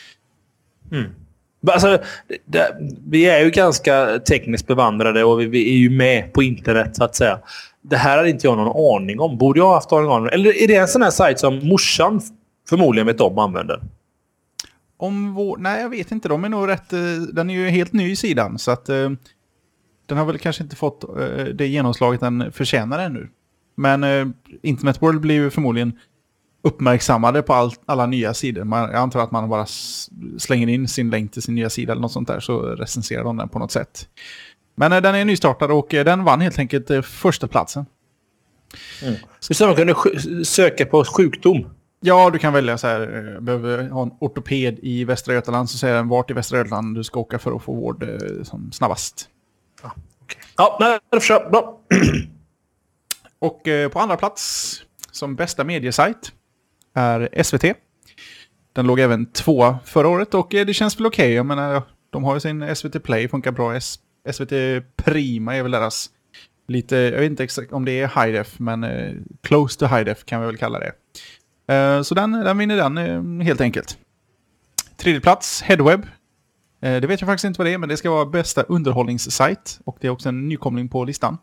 Alltså, vi är ju ganska tekniskt bevandrade och vi är ju med på internet så att säga. Det här hade inte jag någon aning om. Borde jag ha haft aning om? Eller är det en sån här sajt som morsan förmodligen vet om använder? Nej, jag vet inte. De är nog rätt... Den är ju helt ny i sidan, så att den har väl kanske inte fått det genomslaget den förtjänar ännu. Men Internet World blir ju förmodligen uppmärksammade på alla nya sidor. Jag antar att man bara slänger in sin länk till sin nya sida eller något sånt där, så recenserar de den på något sätt. Men den är nystartad och den vann helt enkelt första platsen. Så man kunde söka på sjukdom? Ja, du kan välja så här. Behöver ha en ortoped i Västra Götaland, så säger den vart i Västra Götaland du ska åka för att få vård som snabbast. Ja, nej, jag försöker. Bra. Och på andra plats som bästa mediesajt är SVT. Den låg även 2 förra året och det känns väl okej. Jag menar, de har ju sin SVT Play, funkar bra. SVT Prima är väl deras lite, jag vet inte exakt om det är high def, men close to high def kan vi väl kalla det. Så den vinner den helt enkelt. Tredje plats, Headweb. Det vet jag faktiskt inte vad det är, men det ska vara bästa underhållningssajt. Och det är också en nykomling på listan.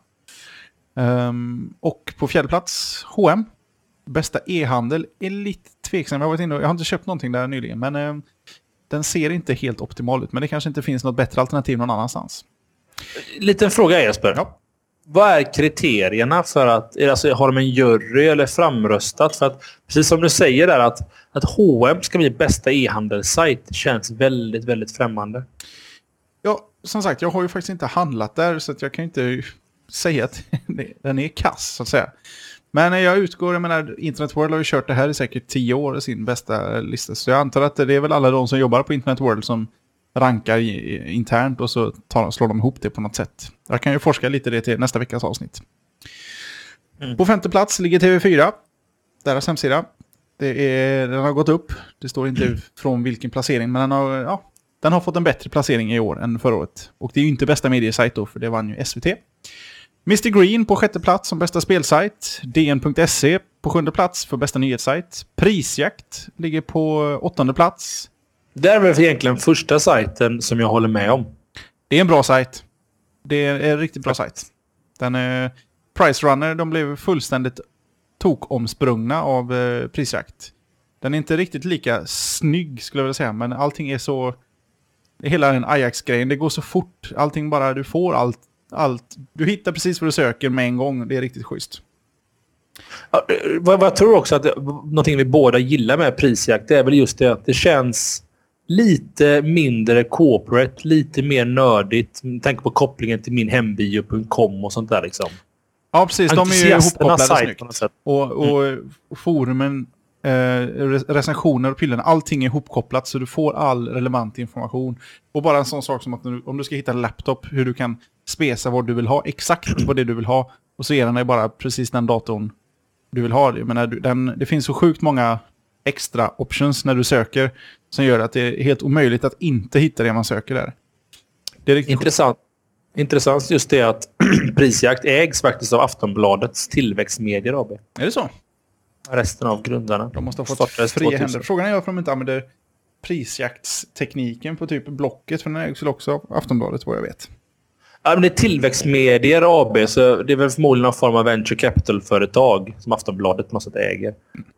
Och på fjärde plats, H&M. Bästa e-handel är lite tveksam. Jag har inte köpt någonting där nyligen, men den ser inte helt optimal ut. Men det kanske inte finns något bättre alternativ någon annanstans. Liten fråga, Jesper. Ja. Vad är kriterierna för att... Alltså, har de en jury eller framröstat? För att, precis som du säger där, att H&M ska bli bästa e-handelssajt känns väldigt, väldigt främmande. Ja, som sagt, jag har ju faktiskt inte handlat där, så att jag kan inte säga att den är kass, så att säga. Men jag utgår, jag menar, Internet World har ju kört det här i säkert 10 år, sin bästa lista. Så jag antar att det är väl alla de som jobbar på Internet World som rankar internt och så slår de ihop det på något sätt. Jag kan ju forska lite det till nästa veckas avsnitt. På femte plats ligger TV4. Deras hemsida. Den har gått upp. Det står inte från vilken placering, men den har fått en bättre placering i år än förra året. Och det är ju inte bästa mediesajt då, för det vann ju SVT. Mr. Green på sjätte plats som bästa spelsajt. DN.se på sjunde plats för bästa nyhetssajt. Prisjakt ligger på åttonde plats. Det är väl egentligen första sajten som jag håller med om. Det är en bra sajt. Det är en riktigt bra sajt. Den Price Runner, de blev fullständigt tokomsprungna av prisjakt. Den är inte riktigt lika snygg skulle jag vilja säga, men allting är så... Hela den Ajax-grejen, det går så fort. Allting bara, du får allt. Du hittar precis vad du söker med en gång. Det är riktigt schysst. Ja, jag tror också att någonting vi båda gillar med prisjakt, det är väl just det att det känns lite mindre corporate, lite mer nördigt. Tänk på kopplingen till min hembio.com och sånt där liksom. Ja, precis. De är ju ihopkopplade snyggt. Och forumen, recensioner och pillen, allting är ihopkopplat så du får all relevant information. Och bara en sån sak som att om du ska hitta en laptop, hur du kan spesa vad du vill ha, exakt vad det du vill ha, och så ger den dig bara precis den datorn du vill ha. Jag menar, det finns så sjukt många extra options när du söker som gör att det är helt omöjligt att inte hitta det man söker där. Det är riktigt intressant just det att prisjakt ägs faktiskt av Aftonbladets Tillväxtmedier AB. Är det så? Resten av grundarna. De måste ha fått fria händer. Frågan är varför de inte använder prisjaktstekniken på typ Blocket, för den ägs väl också av Aftonbladet vad jag vet. Ja, men det är Tillväxtmedier AB, så det är väl förmodligen någon form av venture capital-företag som Aftonbladet måste äger.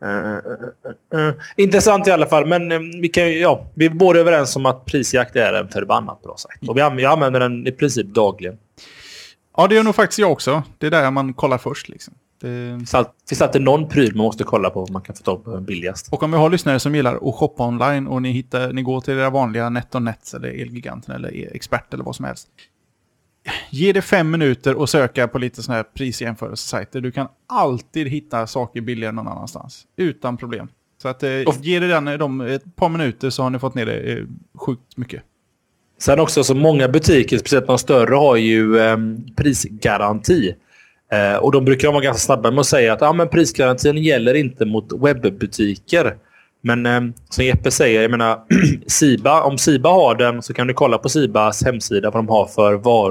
Intressant i alla fall, men vi är båda överens om att prisjakt är en förbannat bra sajt. Och vi använder den i princip dagligen. Ja, det är nog faktiskt jag också. Det är där man kollar först liksom. Det finns alltid någon pryl man måste kolla på om man kan få tag på billigast. Och om vi har lyssnare som gillar att shoppa online och ni går till era vanliga NetOnNet eller Elgiganten eller Expert eller vad som helst. Ge det 5 minuter och söka på lite såna här prisjämförelsesajter. Du kan alltid hitta saker billigare någon annanstans. Utan problem. Så att ge det dem ett par minuter så har ni fått ner det sjukt mycket. Sen också så många butiker, speciellt de större, har ju prisgaranti. Och de brukar vara ganska snabba med att säga att men prisgarantin gäller inte mot webbutiker. Men som Jeppe säger, jag menar, om Siba har den så kan du kolla på Sibas hemsida vad de har för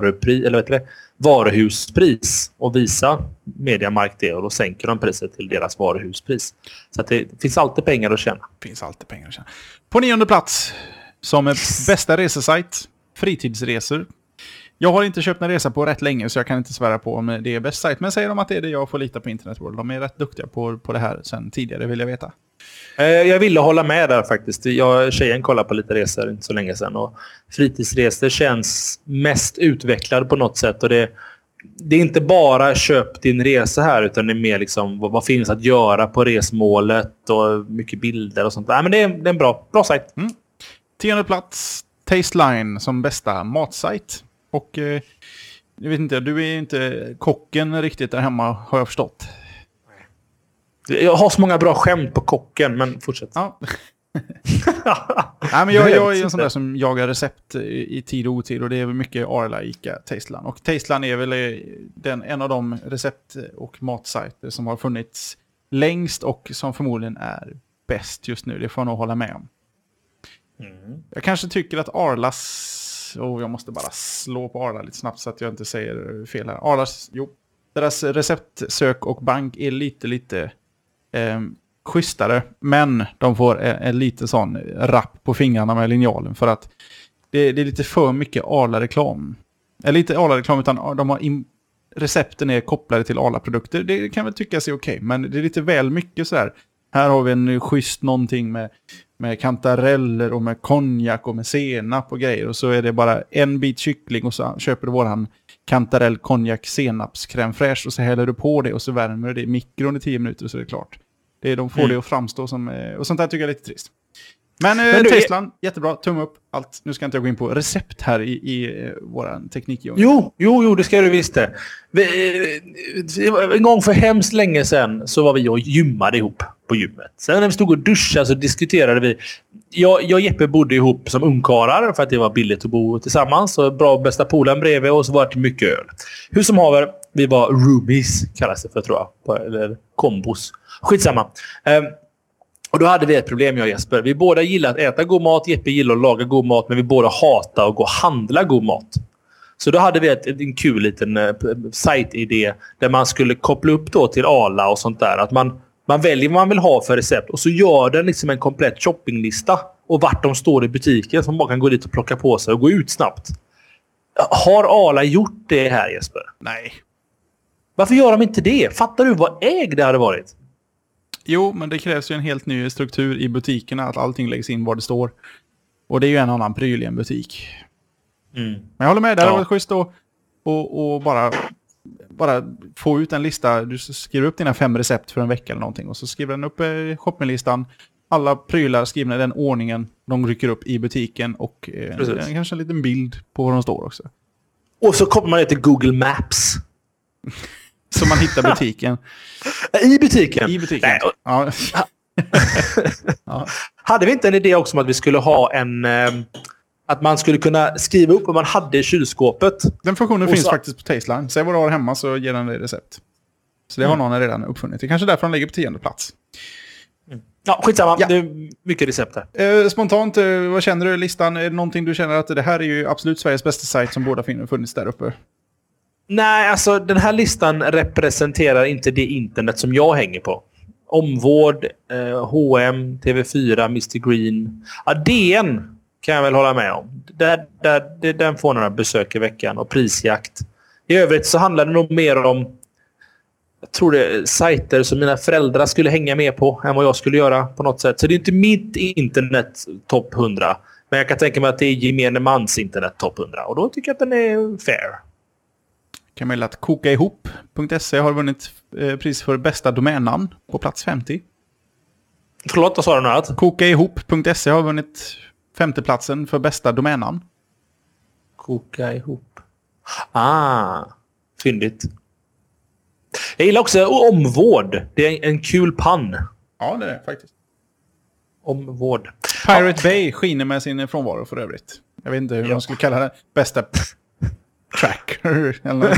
varuhuspris och visa Mediamarkt det, och då sänker de priset till deras varuhuspris. Så att det finns alltid pengar att tjäna. På 9:e plats som bästa resesajt, fritidsresor. Jag har inte köpt en resa på rätt länge så jag kan inte svära på om det är bäst sajt. Men säger de att det är det jag får lita på Internet World. De är rätt duktiga på det här sen tidigare, vill jag veta. Jag ville hålla med där faktiskt. Tjejen kollade på lite resor inte så länge sedan. Och fritidsresor känns mest utvecklade på något sätt. Och det är inte bara köp din resa här, utan det är mer liksom vad finns att göra på resmålet och mycket bilder och sånt. Men det är en bra sajt. 10:e plats, Tasteline som bästa matsajt. Och Jag vet inte, du är inte kocken riktigt där hemma, har jag förstått. Jag har så många bra skämt på kocken, men fortsätt. Ja. Nej, men jag är en sån där som jagar recept i tid och otid, och det är väl mycket Arla, Ica, Tasteland. Och Tasteland är väl en av de recept- och matsajter som har funnits längst och som förmodligen är bäst just nu. Det får jag nog hålla med om. Jag kanske tycker att Arlas... jag måste bara slå på Arla lite snabbt så att jag inte säger fel här. Arlas, deras receptsök och bank är lite schysstare, men de får en lite sån rapp på fingrarna med linjalen för att det är lite för mycket Arla-reklam. Eller inte Arla-reklam, utan de har recepten är kopplade till Arla-produkter. Det kan väl tyckas är okej, men det är lite väl mycket så här. Här har vi en schysst någonting med kantareller och med konjak och med senap och grejer. Och så är det bara en bit kyckling och så köper du våran kantarell, konjak, senaps, crème fraîche och så häller du på det och så värmer du det i mikron i 10 minuter och så är det klart. De får det att framstå som... Och sånt där tycker jag är lite trist. Men Tasteland, jättebra, tumme upp, allt. Nu ska inte jag gå in på recept här i våran teknikdjungel. Jo, det ska du visst det. En gång för hemskt länge sedan så var vi och gymmade ihop på gymmet. Sen när vi stod och duschade så diskuterade vi. Jag och Jeppe bodde ihop som ungkarlar för att det var billigt att bo tillsammans. Och bra bästa polen bredvid och så var det mycket öl. Hur som haver, vi var roomies kallas det för, tror jag. Eller kombos. Skitsamma. Och då hade vi ett problem, jag och Jesper. Vi båda gillar att äta god mat. Jeppe gillar att laga god mat. Men vi båda hatar att gå och handla god mat. Så då hade vi en kul liten sajtidé. Där man skulle koppla upp då till Arla och sånt där. Att man väljer vad man vill ha för recept. Och så gör den liksom en komplett shoppinglista. Och vart de står i butiken. Så man bara kan gå dit och plocka på sig och gå ut snabbt. Har Arla gjort det här, Jesper? Nej. Varför gör de inte det? Fattar du vad ägd det hade varit? Jo, men det krävs ju en helt ny struktur i butikerna. Att allting läggs in var det står. Och det är ju en annan pryl i en butik. Men jag håller med. Det har varit schysst och bara få ut en lista. Du skriver upp dina 5 recept för en vecka eller någonting. Och så skriver den upp shoppinglistan. Alla prylar skrivna i den ordningen de rycker upp i butiken. Och kanske en liten bild på var de står också. Och så kommer man ner till Google Maps. Så man hittar butiken. I butiken? I butiken. Nej. Ja. Ja. Hade vi inte en idé också om att vi skulle ha att man skulle kunna skriva upp vad man hade i kylskåpet? Den funktionen finns faktiskt på Tasteland. Säg vad du har hemma så ger den dig recept. Så det har någon redan uppfunnit. Det är kanske därför de ligger på 10:e plats. Ja, skitsamma. Ja. Det är mycket recept här. Spontant, vad känner du i listan? Är det någonting du känner att det här är ju absolut Sveriges bästa sajt som båda funnits där uppe? Nej, alltså den här listan representerar inte det internet som jag hänger på. Omvård, H&M, TV4, Mr. Green. Ja, DN kan jag väl hålla med om. Den får några besök i veckan och prisjakt. I övrigt så handlar det nog mer om, jag tror det är sajter som mina föräldrar skulle hänga med på än vad jag skulle göra på något sätt. Så det är inte mitt internet topp 100. Men jag kan tänka mig att det är gemene mans internet topp 100. Och då tycker jag att den är fair. Kan meddela att kokaihop.se har vunnit pris för bästa domännamn på plats 50. Förlåt, vad sa du nu? Kokaihop.se har vunnit 5:e platsen för bästa domännamn. Koka ihop. Fyndigt. Jag gillar också omvård. Det är en kul pann. Ja, det är det faktiskt. Omvård. Pirate Bay skiner med sin frånvaro för övrigt. Jag vet inte hur man skulle kalla det. Bästa tracker. Eller...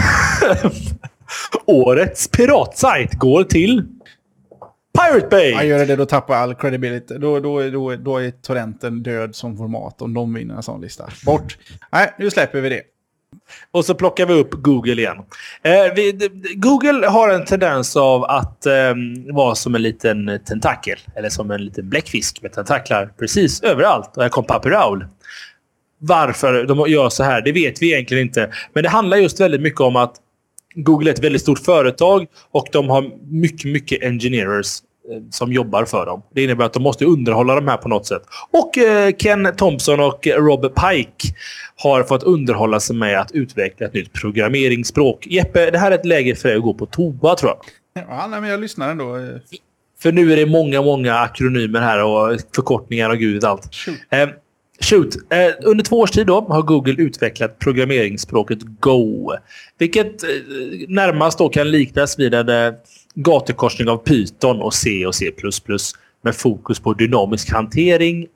Årets piratsajt går till Pirate Bay. Ja, gör det, då tappar all credibility. Då är torrenten död som format om de vinner en sån lista. Bort. Nej, nu släpper vi det. Och så plockar vi upp Google igen. Google har en tendens av att vara som en liten tentakel. Eller som en liten bläckfisk med tentaklar precis överallt. Och här kom Papi Raul. Varför de gör så här, det vet vi egentligen inte. Men det handlar just väldigt mycket om att Google är ett väldigt stort företag och de har mycket engineers som jobbar för dem. Det innebär att de måste underhålla de här på något sätt. Och Ken Thompson och Rob Pike har fått underhålla sig med att utveckla ett nytt programmeringsspråk. Jeppe, det här är ett läge för dig att gå på toa, tror jag. Ja, nej, men jag lyssnar ändå. För nu är det många akronymer här och förkortningar och gud allt. Under 2 års tid då har Google utvecklat programmeringsspråket Go. Vilket närmast då kan liknas vid en gatukorsning av Python och C och C++ med fokus på dynamisk hantering.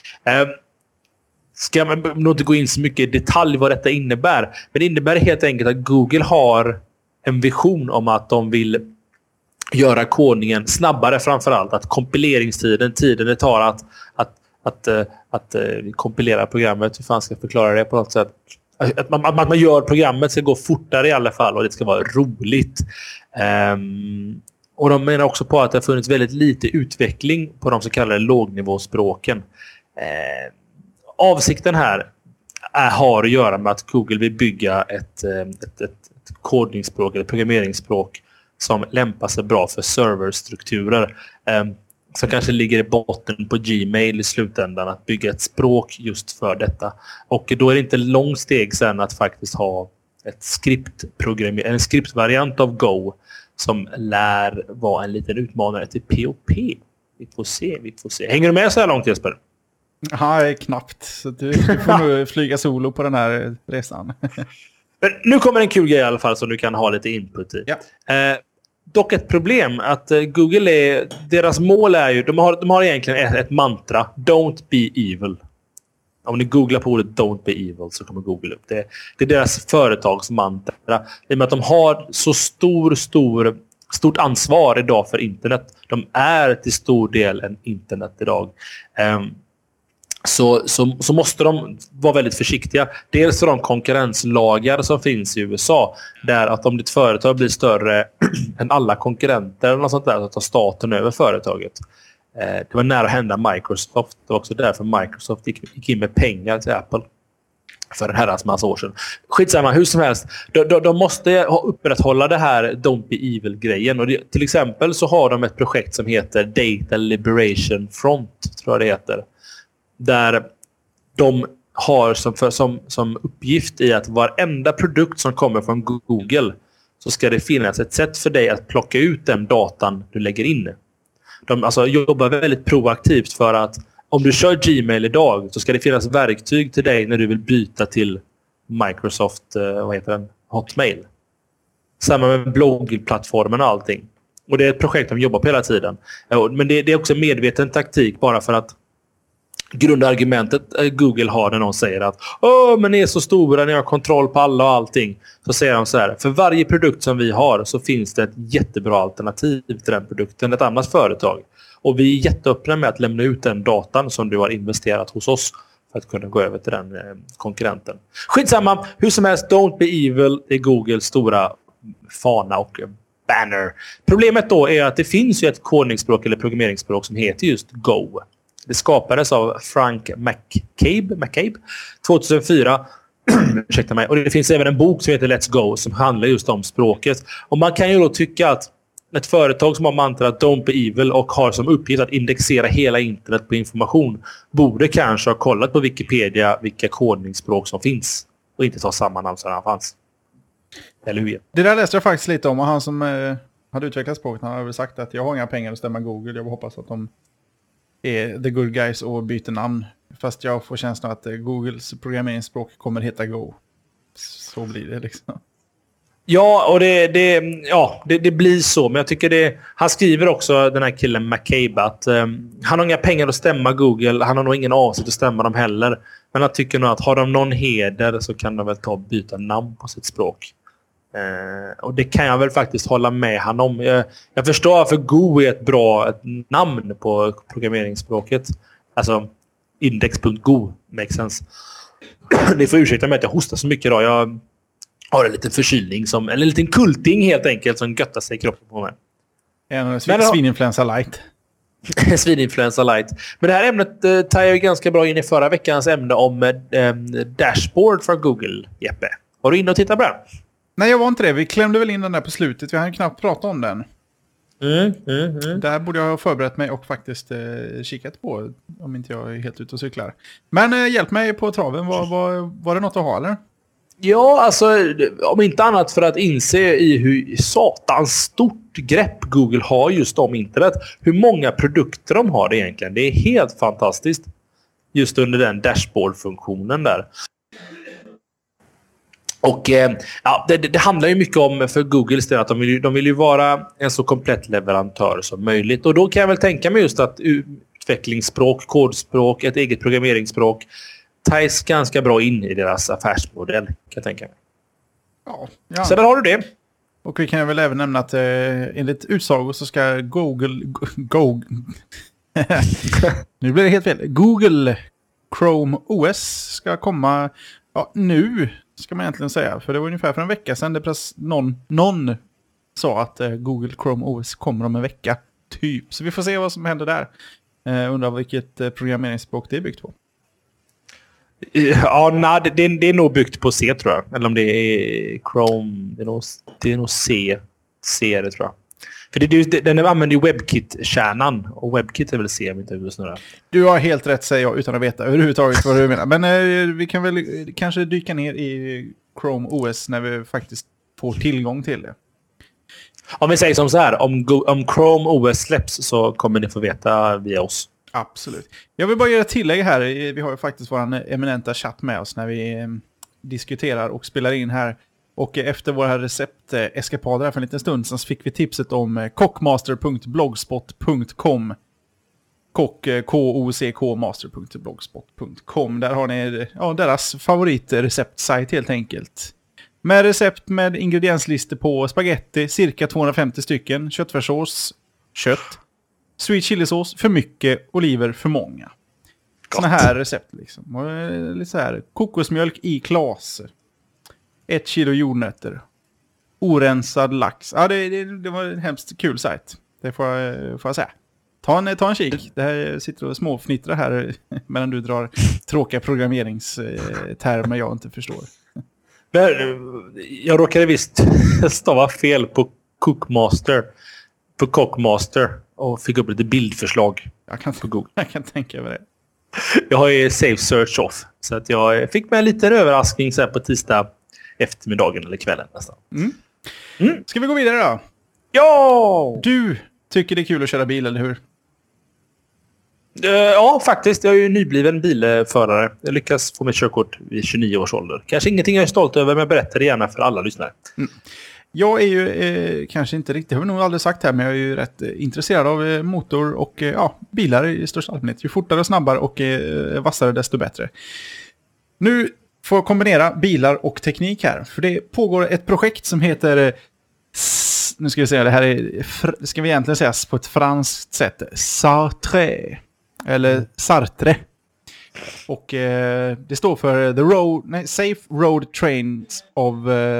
Ska man nog inte gå in så mycket i detalj vad detta innebär. Men det innebär helt enkelt att Google har en vision om att de vill göra kodningen snabbare, framförallt. Att kompileringstiden, tiden det tar att kompilera programmet, hur fan ska jag förklara det på något sätt? Att man gör programmet ska gå fortare i alla fall och det ska vara roligt. Och de menar också på att det har funnits väldigt lite utveckling på de så kallade lågnivåspråken. Avsikten här har att göra med att Google vill bygga ett kodningsspråk eller programmeringsspråk som lämpar sig bra för serverstrukturer. Som kanske ligger i botten på Gmail i slutändan, att bygga ett språk just för detta. Och då är det inte långt steg sen att faktiskt ha en skriptvariant av Go som lär vara en liten utmanare till POP. Vi får se. Hänger du med så här långt, Jesper? Ja, knappt. Så du får nog flyga solo på den här resan. Men nu kommer en kul grej i alla fall som du kan ha lite input i. Ja. Dock ett problem att Google deras mål är ju, de har egentligen ett mantra: Don't be evil. Om ni googlar på ordet Don't be evil så kommer Google upp. Det är deras företagsmantra. I och med att de har så stort ansvar idag för internet. De är till stor del en internet idag. Så måste de vara väldigt försiktiga. Dels för de konkurrenslagar som finns i USA, där att om ditt företag blir större än alla konkurrenter eller något sånt där, så tar staten över företaget. Det var nära att hända Microsoft. Det var också därför Microsoft gick in med pengar till Apple för en herrans massa år sedan. Skitsamma, hur som helst. De måste upprätthålla det här Don't be evil-grejen. Och till exempel så har de ett projekt som heter Data Liberation Front, tror jag det heter. Där de har som uppgift i att varenda produkt som kommer från Google, så ska det finnas ett sätt för dig att plocka ut den datan du lägger in. De jobbar väldigt proaktivt för att om du kör Gmail idag så ska det finnas verktyg till dig när du vill byta till Microsoft Hotmail. Samma med bloggplattformen och allting. Och det är ett projekt de jobbar på hela tiden. Men det är också en medveten taktik bara för att grundargumentet Google har när någon säger att men ni är så stora, ni har kontroll på alla och allting. Så säger de så här: för varje produkt som vi har så finns det ett jättebra alternativ till den produkten, ett annat företag. Och vi är jätteöppna med att lämna ut den datan som du har investerat hos oss för att kunna gå över till den konkurrenten. Skitsamma, hur som helst, Don't be evil är Googles stora fana och banner. Problemet då är att det finns ju ett kodningsspråk eller programmeringsspråk som heter just Go. Det skapades av Frank McCabe 2004. Ursäkta mig. Och det finns även en bok som heter Let's Go som handlar just om språket. Och man kan ju då tycka att ett företag som har mantrat Don't be evil och har som uppgift att indexera hela internet på information borde kanske ha kollat på Wikipedia vilka kodningsspråk som finns och inte ta samma namn som han fanns. Eller hur? Det där läste jag faktiskt lite om, och han som hade utvecklat språket, han har väl sagt att jag har inga pengar att stämma Google. Jag hoppas att de är the good guys och byter namn. Fast jag får känslan att Googles programmeringsspråk kommer heta Go. Så blir det liksom. Ja, och det blir så. Men jag tycker han skriver också, den här killen McCabe, att han har inga pengar att stämma Google. Han har nog ingen avsikt att stämma dem heller. Men jag tycker nog att har de någon heder så kan de väl ta och byta namn på sitt språk. Och det kan jag väl faktiskt hålla med han om. Jag förstår varför Go är ett bra namn på programmeringsspråket. Alltså index.go makes sense. Ni får ursäkta mig att jag hostar så mycket idag. Jag har en liten förkylning, en liten kulting helt enkelt, som göttar sig i kroppen på mig. Svininfluenza light. Svininfluenza light. Men det här ämnet tar jag ganska bra in i förra veckans ämne om dashboard från Google, Jeppe. Har du in och tittat på det? Nej, jag var inte det. Vi klämde väl in den där på slutet. Vi hann knappt prata om den. Där borde jag ha förberett mig och faktiskt kikat på, om inte jag är helt ute och cyklar. Men hjälp mig på traven. Var det något att ha, eller? Ja, alltså om inte annat för att inse i hur satans stort grepp Google har just om internet. Hur många produkter de har egentligen. Det är helt fantastiskt. just under den dashboard-funktionen där. Och det handlar ju mycket om för Googles del att de vill ju vara en så komplett leverantör som möjligt. Och då kan jag väl tänka mig just att utvecklingsspråk, kodspråk, ett eget programmeringsspråk ties ganska bra in i deras affärsmodell, kan jag tänka mig. Ja. Så där har du det. Och vi kan väl även nämna att enligt utsago så ska Google nu blir det helt fel. Google Chrome OS ska komma nu, ska man egentligen säga. För det var ungefär för en vecka sedan någon sa att Google Chrome OS kommer om en vecka. Typ. Så vi får se vad som händer där. Undrar vilket programmeringsspråk det är byggt på. Ja, nej, det är nog byggt på C, tror jag. Eller om det är Chrome. Det är nog C. C, det tror jag. För den använder ju WebKit-kärnan. Och WebKit är väl C, om inte huvudsnurrar. Du har helt rätt, säger jag, utan att veta överhuvudtaget vad du menar. Men vi kan väl kanske dyka ner i Chrome OS när vi faktiskt får tillgång till det. Om vi säger som så här. Om Chrome OS släpps så kommer ni få veta via oss. Absolut. Jag vill bara göra ett tillägg här. Vi har ju faktiskt vår eminenta chatt med oss när vi diskuterar och spelar in här. Och efter våra recept-eskapader här för en liten stund så fick vi tipset om kockmaster.blogspot.com. kockmaster.blogspot.com. Där har ni deras favoritreceptsajt helt enkelt. Med recept med ingredienslistor på spaghetti, cirka 250 stycken, köttfärssås, kött, sweet chilisås, för mycket, oliver, för många. Såna här recept liksom. Och lite så här, kokosmjölk i glas. 1 kilo jordnötter. Orensad lax. Ja, det var en hemskt kul sajt. Det får jag säga. Ta en kik. Det här sitter och småfnittrar här medan du drar tråkiga programmeringstermer jag inte förstår. Jag råkade visst stava fel på Cookmaster. På Cockmaster. Och fick upp lite bildförslag på Google. Jag kan tänka mig det. Jag har ju Save Search off. Så att jag fick med en liten överraskning så här på tisdag eftermiddagen eller kvällen nästan. Ska vi gå vidare då? Ja! Du tycker det är kul att köra bil, eller hur? Ja, faktiskt. Jag är ju nybliven bilförare. Jag lyckas få mitt körkort vid 29 års ålder. Kanske ingenting jag är stolt över, men jag berättar det gärna för alla lyssnare. Jag är ju kanske inte riktigt, jag har nog aldrig sagt här, men jag är ju rätt intresserad av motor och bilar i största allmänhet. Ju fortare och snabbare och vassare desto bättre. Nu får jag kombinera bilar och teknik här. För det pågår ett projekt som heter, nu ska vi säga, det här ska vi egentligen säga på ett franskt sätt, Sartre. Eller Sartre. Och det står för Safe Road Trains of...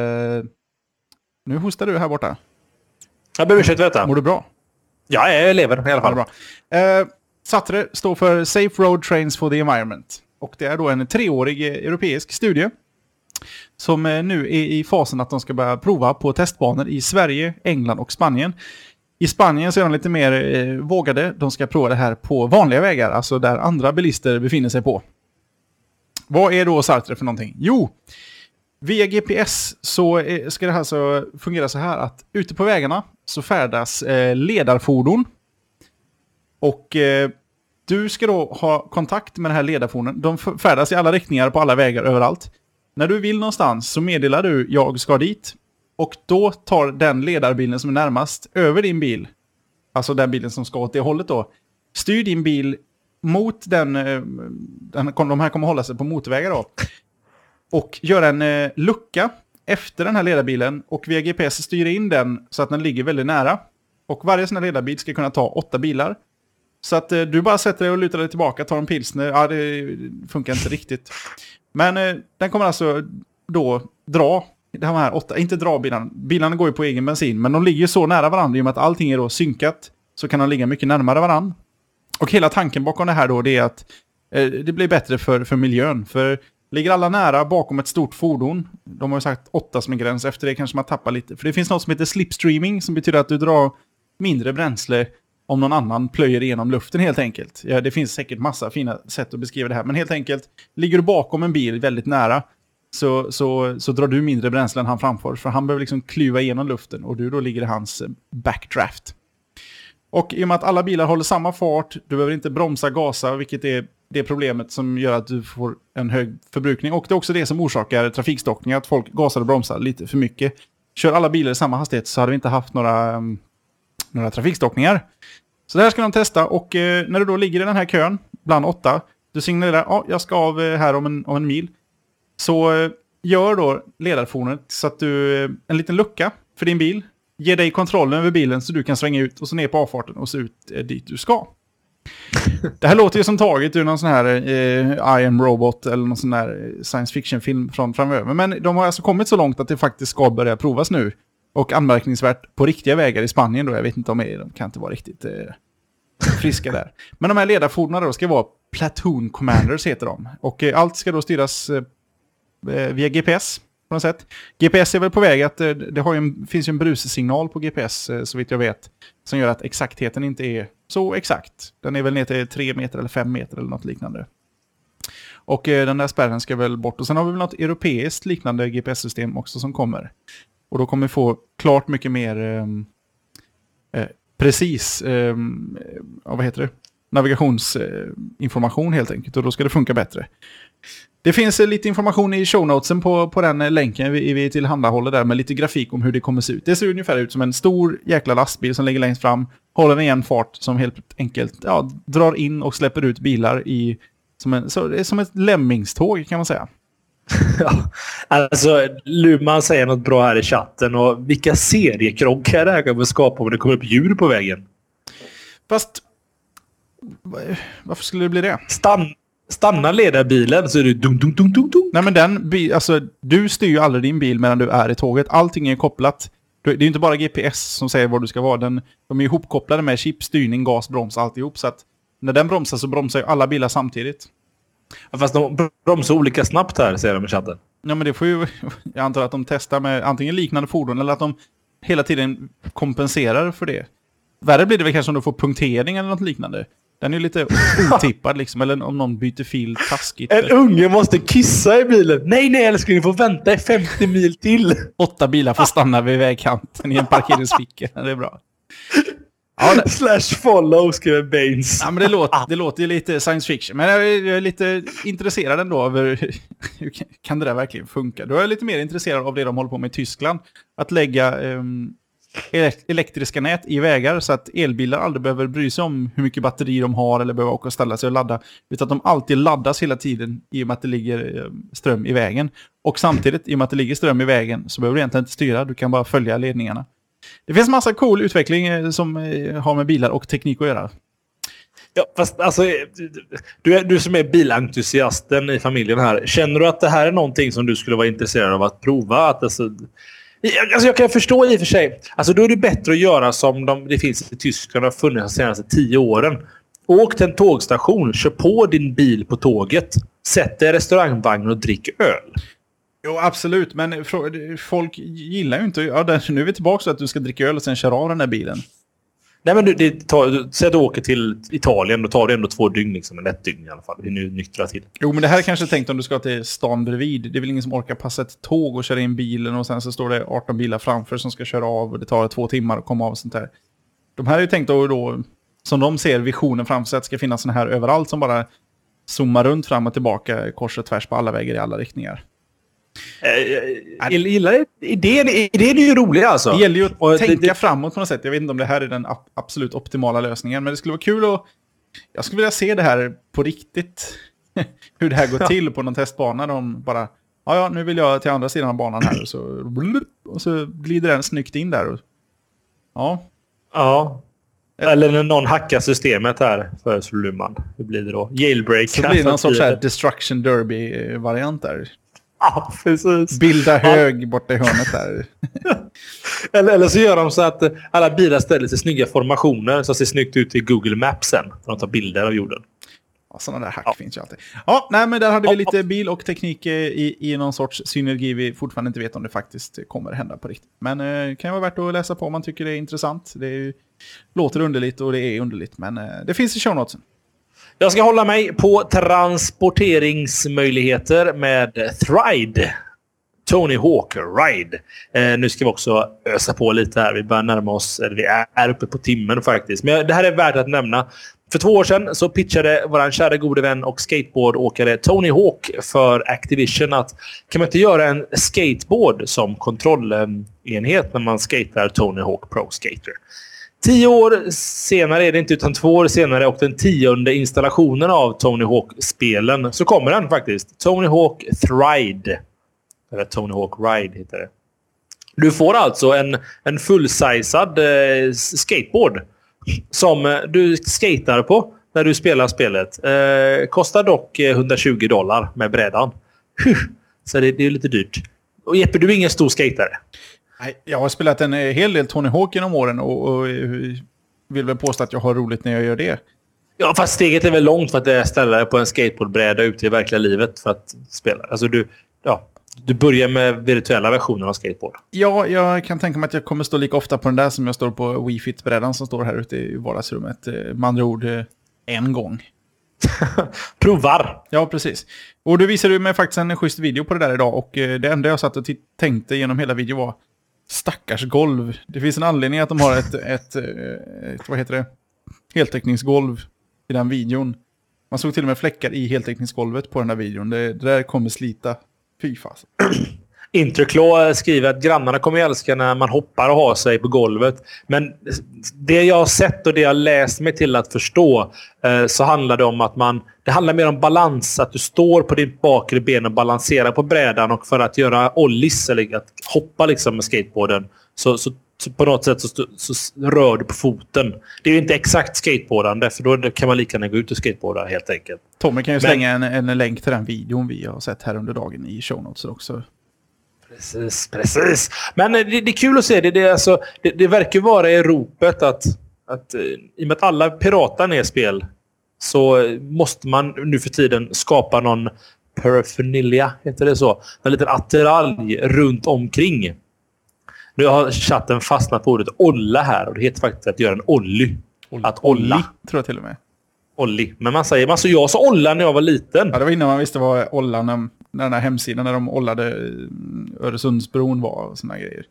nu hostar du här borta. Jag behöver inte veta. Mår du bra? Ja, jag lever i alla fall. Bra. Sartre står för Safe Road Trains for the Environment. Och det är då en 3-årig europeisk studie som nu är i fasen att de ska börja prova på testbanor i Sverige, England och Spanien. I Spanien så är de lite mer vågade. De ska prova det här på vanliga vägar, alltså där andra bilister befinner sig på. Vad är då Sartre för någonting? Jo, via GPS så ska det här så fungera så här att ute på vägarna så färdas ledarfordon. Och du ska då ha kontakt med den här ledarfordonen. De färdas i alla riktningar på alla vägar överallt. När du vill någonstans så meddelar du jag ska dit. Och då tar den ledarbilen som är närmast över din bil. Alltså den bilen som ska åt det hållet då. Styr din bil mot de här kommer hålla sig på motorvägar då. Och gör en lucka efter den här ledarbilen. Och via GPS styr in den så att den ligger väldigt nära. Och varje sån här ledarbil ska kunna ta 8 bilar. Så att du bara sätter dig och lutar dig tillbaka, tar en pilsner. Ja, det funkar inte riktigt. Men den kommer alltså då dra de här 8, inte dra bilarna. Bilarna går ju på egen bensin, men de ligger så nära varandra i och med att allting är då synkat. Så kan de ligga mycket närmare varandra. Och hela tanken bakom det här då, det är att det blir bättre för miljön. För ligger alla nära bakom ett stort fordon, de har ju sagt 8 som en gräns, efter det kanske man tappar lite. För det finns något som heter slipstreaming som betyder att du drar mindre bränsle om någon annan plöjer igenom luften helt enkelt. Ja, det finns säkert massa fina sätt att beskriva det här. Men helt enkelt, ligger du bakom en bil väldigt nära så drar du mindre bränsle än han framför. För han behöver liksom klyva igenom luften och du då ligger i hans backdraft. Och i och med att alla bilar håller samma fart, du behöver inte bromsa, gasa, vilket är det problemet som gör att du får en hög förbrukning. Och det är också det som orsakar trafikstockningar, att folk gasar och bromsar lite för mycket. Kör alla bilar i samma hastighet så hade vi inte haft några trafikstockningar. Så det här ska de testa, och när du då ligger i den här kön bland 8, du signalerar, jag ska av här om en mil. Så gör då ledarfordonet så att du en liten lucka för din bil, ger dig kontrollen över bilen så du kan svänga ut och så ner på avfarten och så ut dit du ska. Det här låter ju som taget ur någon sån här I Am Robot eller någon sån här science fiction-film från framöver. Men de har alltså kommit så långt att det faktiskt ska börja provas nu. Och anmärkningsvärt på riktiga vägar i Spanien då. Jag vet inte om de kan inte vara riktigt friska där. Men de här ledarfordonen då ska vara Platoon Commanders heter de. Och allt ska då styras via GPS på något sätt. GPS är väl på väg att finns ju en brussignal på GPS så vitt jag vet. Som gör att exaktheten inte är så exakt. Den är väl ner till 3 meter eller 5 meter eller något liknande. Och den där spärren ska väl bort. Och sen har vi väl något europeiskt liknande GPS-system också som kommer. Och då kommer vi få klart mycket mer precis vad heter det? Navigationsinformation helt enkelt. Och då ska det funka bättre. Det finns lite information i shownotesen på den länken vi tillhandahåller där med lite grafik om hur det kommer se ut. Det ser ungefär ut som en stor jäkla lastbil som ligger längst fram, håller en igen fart som helt enkelt drar in och släpper ut bilar som ett lämmingståg kan man säga. Ja, alltså Luman säger något bra här i chatten, och vilka seriekrockar det här kommer skapa om det kommer upp djur på vägen. Fast varför skulle det bli det? Stanna ledarbilen så är det dum. Nej, men du styr ju aldrig din bil medan du är i tåget. Allting är kopplat. Det är ju inte bara GPS som säger var du ska vara. De är ihopkopplade med chip, styrning, gas, broms, alltihop. Så att när den bromsar så bromsar ju alla bilar samtidigt. Ja, fast de bromsar olika snabbt här, säger de i chatten. Ja, men det får ju... Jag antar att de testar med antingen liknande fordon eller att de hela tiden kompenserar för det. Värre blir det väl kanske om du får punktering eller något liknande. Den är ju lite otippad liksom. Eller om någon byter fil taskigt. En unge måste kissa i bilen. Nej, älskling, ni får vänta i 50 mil till. 8 bilar får stanna vid vägkanten i en parkeringsficka. Det är bra. Ja, / follow skriver Baines. Ja, men det låter ju lite science fiction. Men jag är lite intresserad ändå över hur kan det där verkligen funka. Då är jag lite mer intresserad av det de håller på med i Tyskland. Att lägga elektriska nät i vägar så att elbilar aldrig behöver bry sig om hur mycket batteri de har eller behöver åka och ställa sig och ladda. Utan att de alltid laddas hela tiden i och med att det ligger ström i vägen. Och samtidigt, i och med att det ligger ström i vägen så behöver du egentligen inte styra. Du kan bara följa ledningarna. Det finns massa cool utveckling som har med bilar och teknik att göra. Ja, fast alltså, du som är bilentusiasten i familjen här. Känner du att det här är någonting som du skulle vara intresserad av att prova? Alltså, jag kan förstå i och för sig. Alltså, då är det bättre att göra som det finns i Tyskland och har funnits de senaste 10 åren. Åk till en tågstation, kör på din bil på tåget, sätt dig i restaurangvagn och drick öl. Jo, absolut. Men folk gillar ju inte... Ja, nu är vi tillbaka så att du ska dricka öl och sen köra av den där bilen. Nej, men säg att du åker till Italien, då tar det ändå 2 dygn, liksom, ett dygn i alla fall. Det är nu nyktra till. Jo, men det här är kanske tänkt om du ska till stan bredvid. Det är väl ingen som orkar passa ett tåg och köra in bilen och sen så står det 18 bilar framför som ska köra av och det tar 2 timmar att komma av och sånt där. De här är ju tänkt då, som de ser visionen framför sig, att det ska finnas såna här överallt som bara zoomar runt fram och tillbaka kors och tvärs på alla vägar i alla riktningar. Jag gillar idén är ju rolig alltså. Det gäller ju att tänka framåt på något sätt. Jag vet inte om det här är den absolut optimala lösningen, men det skulle vara kul och jag skulle vilja se det här på riktigt. Hur det här går till på någon testbana. De bara, nu vill jag till andra sidan av banan här och så glider den snyggt in där. Ja. Eller när någon hackar systemet här för Sluman. Hur blir det då? Jailbreak. Så blir det någon sorts här Destruction Derby-variant där. Ja, precis. Bilda hög borta i hörnet där. eller så gör de så att alla bilar ställer sig snygga formationer som ser snyggt ut i Google Maps sen. När de tar bilder av jorden. Ja, sådana där hack finns ju alltid. Ja, nej, men där hade vi lite bil och teknik i någon sorts synergi vi fortfarande inte vet om det faktiskt kommer hända på riktigt. Men det kan ju vara värt att läsa på om man tycker det är intressant. Det låter underligt och det är underligt, men det finns i show notesen. Jag ska hålla mig på transporteringsmöjligheter med Thride. Tony Hawk Ride. Nu ska vi också ösa på lite här. Vi börjar närma oss, eller vi är uppe på timmen faktiskt. Men det här är värt att nämna. För 2 år sedan så pitchade vår kära gode vän och skateboardåkare Tony Hawk för Activision att kan man inte göra en skateboard som kontrollenhet när man skater Tony Hawk Pro Skater. 10 år senare är det inte, utan 2 år senare och den 10:e installationen av Tony Hawk-spelen så kommer den faktiskt. Tony Hawk Ride. Eller Tony Hawk Ride heter det. Du får alltså en full-sizad skateboard som du skater på när du spelar spelet. Kostar dock $120 med brädan. Så det är lite dyrt. Och Jeppe, du är ingen stor skatare. Nej, jag har spelat en hel del Tony Hawk genom åren och vill väl påstå att jag har roligt när jag gör det. Ja, fast steget är väl långt för att ställa dig på en skateboardbräda ute i verkliga livet för att spela. Alltså du börjar med virtuella versioner av skateboard. Ja, jag kan tänka mig att jag kommer stå lika ofta på den där som jag står på Wii Fit-brädan som står här ute i vardagsrummet. Med andra ord, en gång. Provar! Ja, precis. Och du visade mig faktiskt en schysst video på det där idag och det enda jag satt och tänkte genom hela videon var stackars golv. Det finns en anledning att de har ett vad heter det? Heltäckningsgolv i den videon. Man såg till och med fläckar i heltäckningsgolvet på den där videon. Det där kommer slita. Fy fas. Interclaw skriver att grannarna kommer att älska när man hoppar och har sig på golvet. Men det jag har sett och det jag har läst mig till att förstå så handlar det om att det handlar mer om balans. Att du står på ditt bakre ben och balanserar på brädan och för att göra ollies eller att hoppa liksom med skateboarden så på något sätt så rör du på foten. Det är ju inte exakt skateboardande för då kan man lika gärna gå ut och skateboarda helt enkelt. Tommy kan ju slänga en länk till den videon vi har sett här under dagen i show notes också. Precis. Men det är kul att se. Det verkar vara i ropet att i och med att alla piratar ner spel så måste man nu för tiden skapa någon paraphernalia, heter det så? En liten attiralj runt omkring. Nu har chatten fastnat på ordet olla här och det heter faktiskt att göra en olly. Att olla. Tror jag till och med. Olli. Men man säger, alltså jag sa olla när jag var liten. Ja, det var innan man visste vad olla när den här hemsidan när de ollade Öresundsbron var och såna grejer.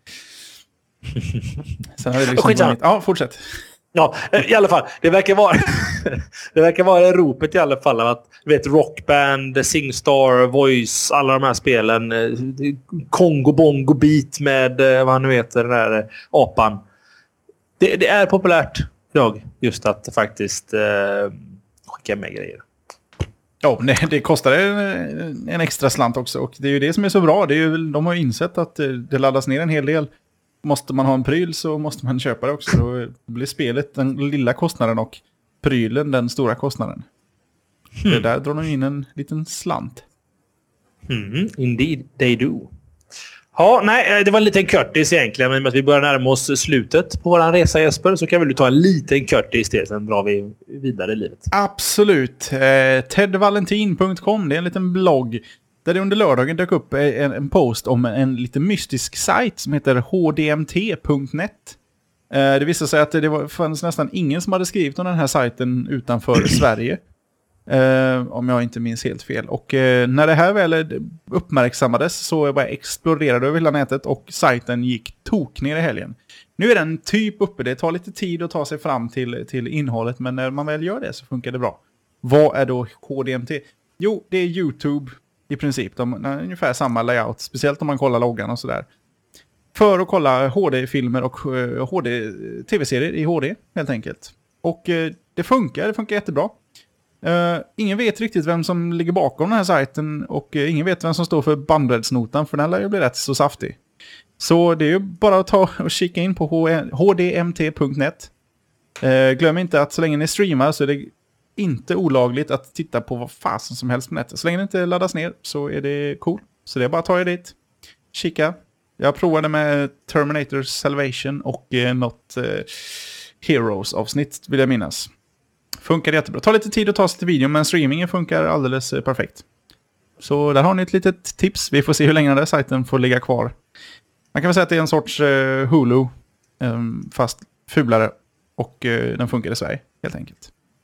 Sen har det liksom ja, fortsätt. Ja, i alla fall. Det verkar vara ropet i alla fall att Rockband, Singstar, Voice, alla de här spelen, Kongo Bongo Beat med vad han nu heter, den där apan. Det är populärt idag just att faktiskt skicka med grejer. Ja, det kostar en extra slant också och det är ju det som är så bra. De har ju insett att det laddas ner en hel del. Måste man ha en pryl så måste man köpa det också. Då blir spelet den lilla kostnaden och prylen den stora kostnaden. Det där drar de in en liten slant. Indeed, they do. Ja, nej, det var en liten kurtis egentligen. Men att vi börjar närma oss slutet på vår resa, Jesper, så kan väl du ta en liten kurtis till. Sen drar vi vidare i livet. Absolut. tedvalentin.com, det är en liten blogg där det under lördagen dök upp en post om en lite mystisk sajt som heter hdmt.net. Det visade sig att det fanns nästan ingen som hade skrivit om den här sajten utanför Sverige. Om jag inte minns helt fel. Och när det här väl uppmärksammades så bara exploderade över hela nätet och sajten gick tok ner i helgen. Nu är den typ uppe. Det tar lite tid att ta sig fram till innehållet, men när man väl gör det så funkar det bra. Vad är då HDMT? Jo, det är YouTube i princip. De har ungefär samma layout, speciellt om man kollar loggan och sådär. För att kolla HD-filmer och HD-tv-serier i HD helt enkelt. Och det funkar jättebra. Ingen vet riktigt vem som ligger bakom den här sajten och ingen vet vem som står för bandbreddsnotan, för den lär ju bli rätt så saftig. Så det är ju bara att ta och kika in på hdmt.net. Glöm inte att så länge ni streamar så är det inte olagligt att titta på vad fasen som helst på nätet. Så länge det inte laddas ner så är det cool. Så det är bara att ta er dit. Kika. Jag provade med Terminator Salvation och något Heroes-avsnitt vill jag minnas. Funkar jättebra. Ta lite tid att ta sig till videon, men streamingen funkar alldeles perfekt. Så där har ni ett litet tips. Vi får se hur länge den där sajten får ligga kvar. Man kan väl säga att det är en sorts Hulu, fast fulare. Och den funkar i Sverige, helt enkelt.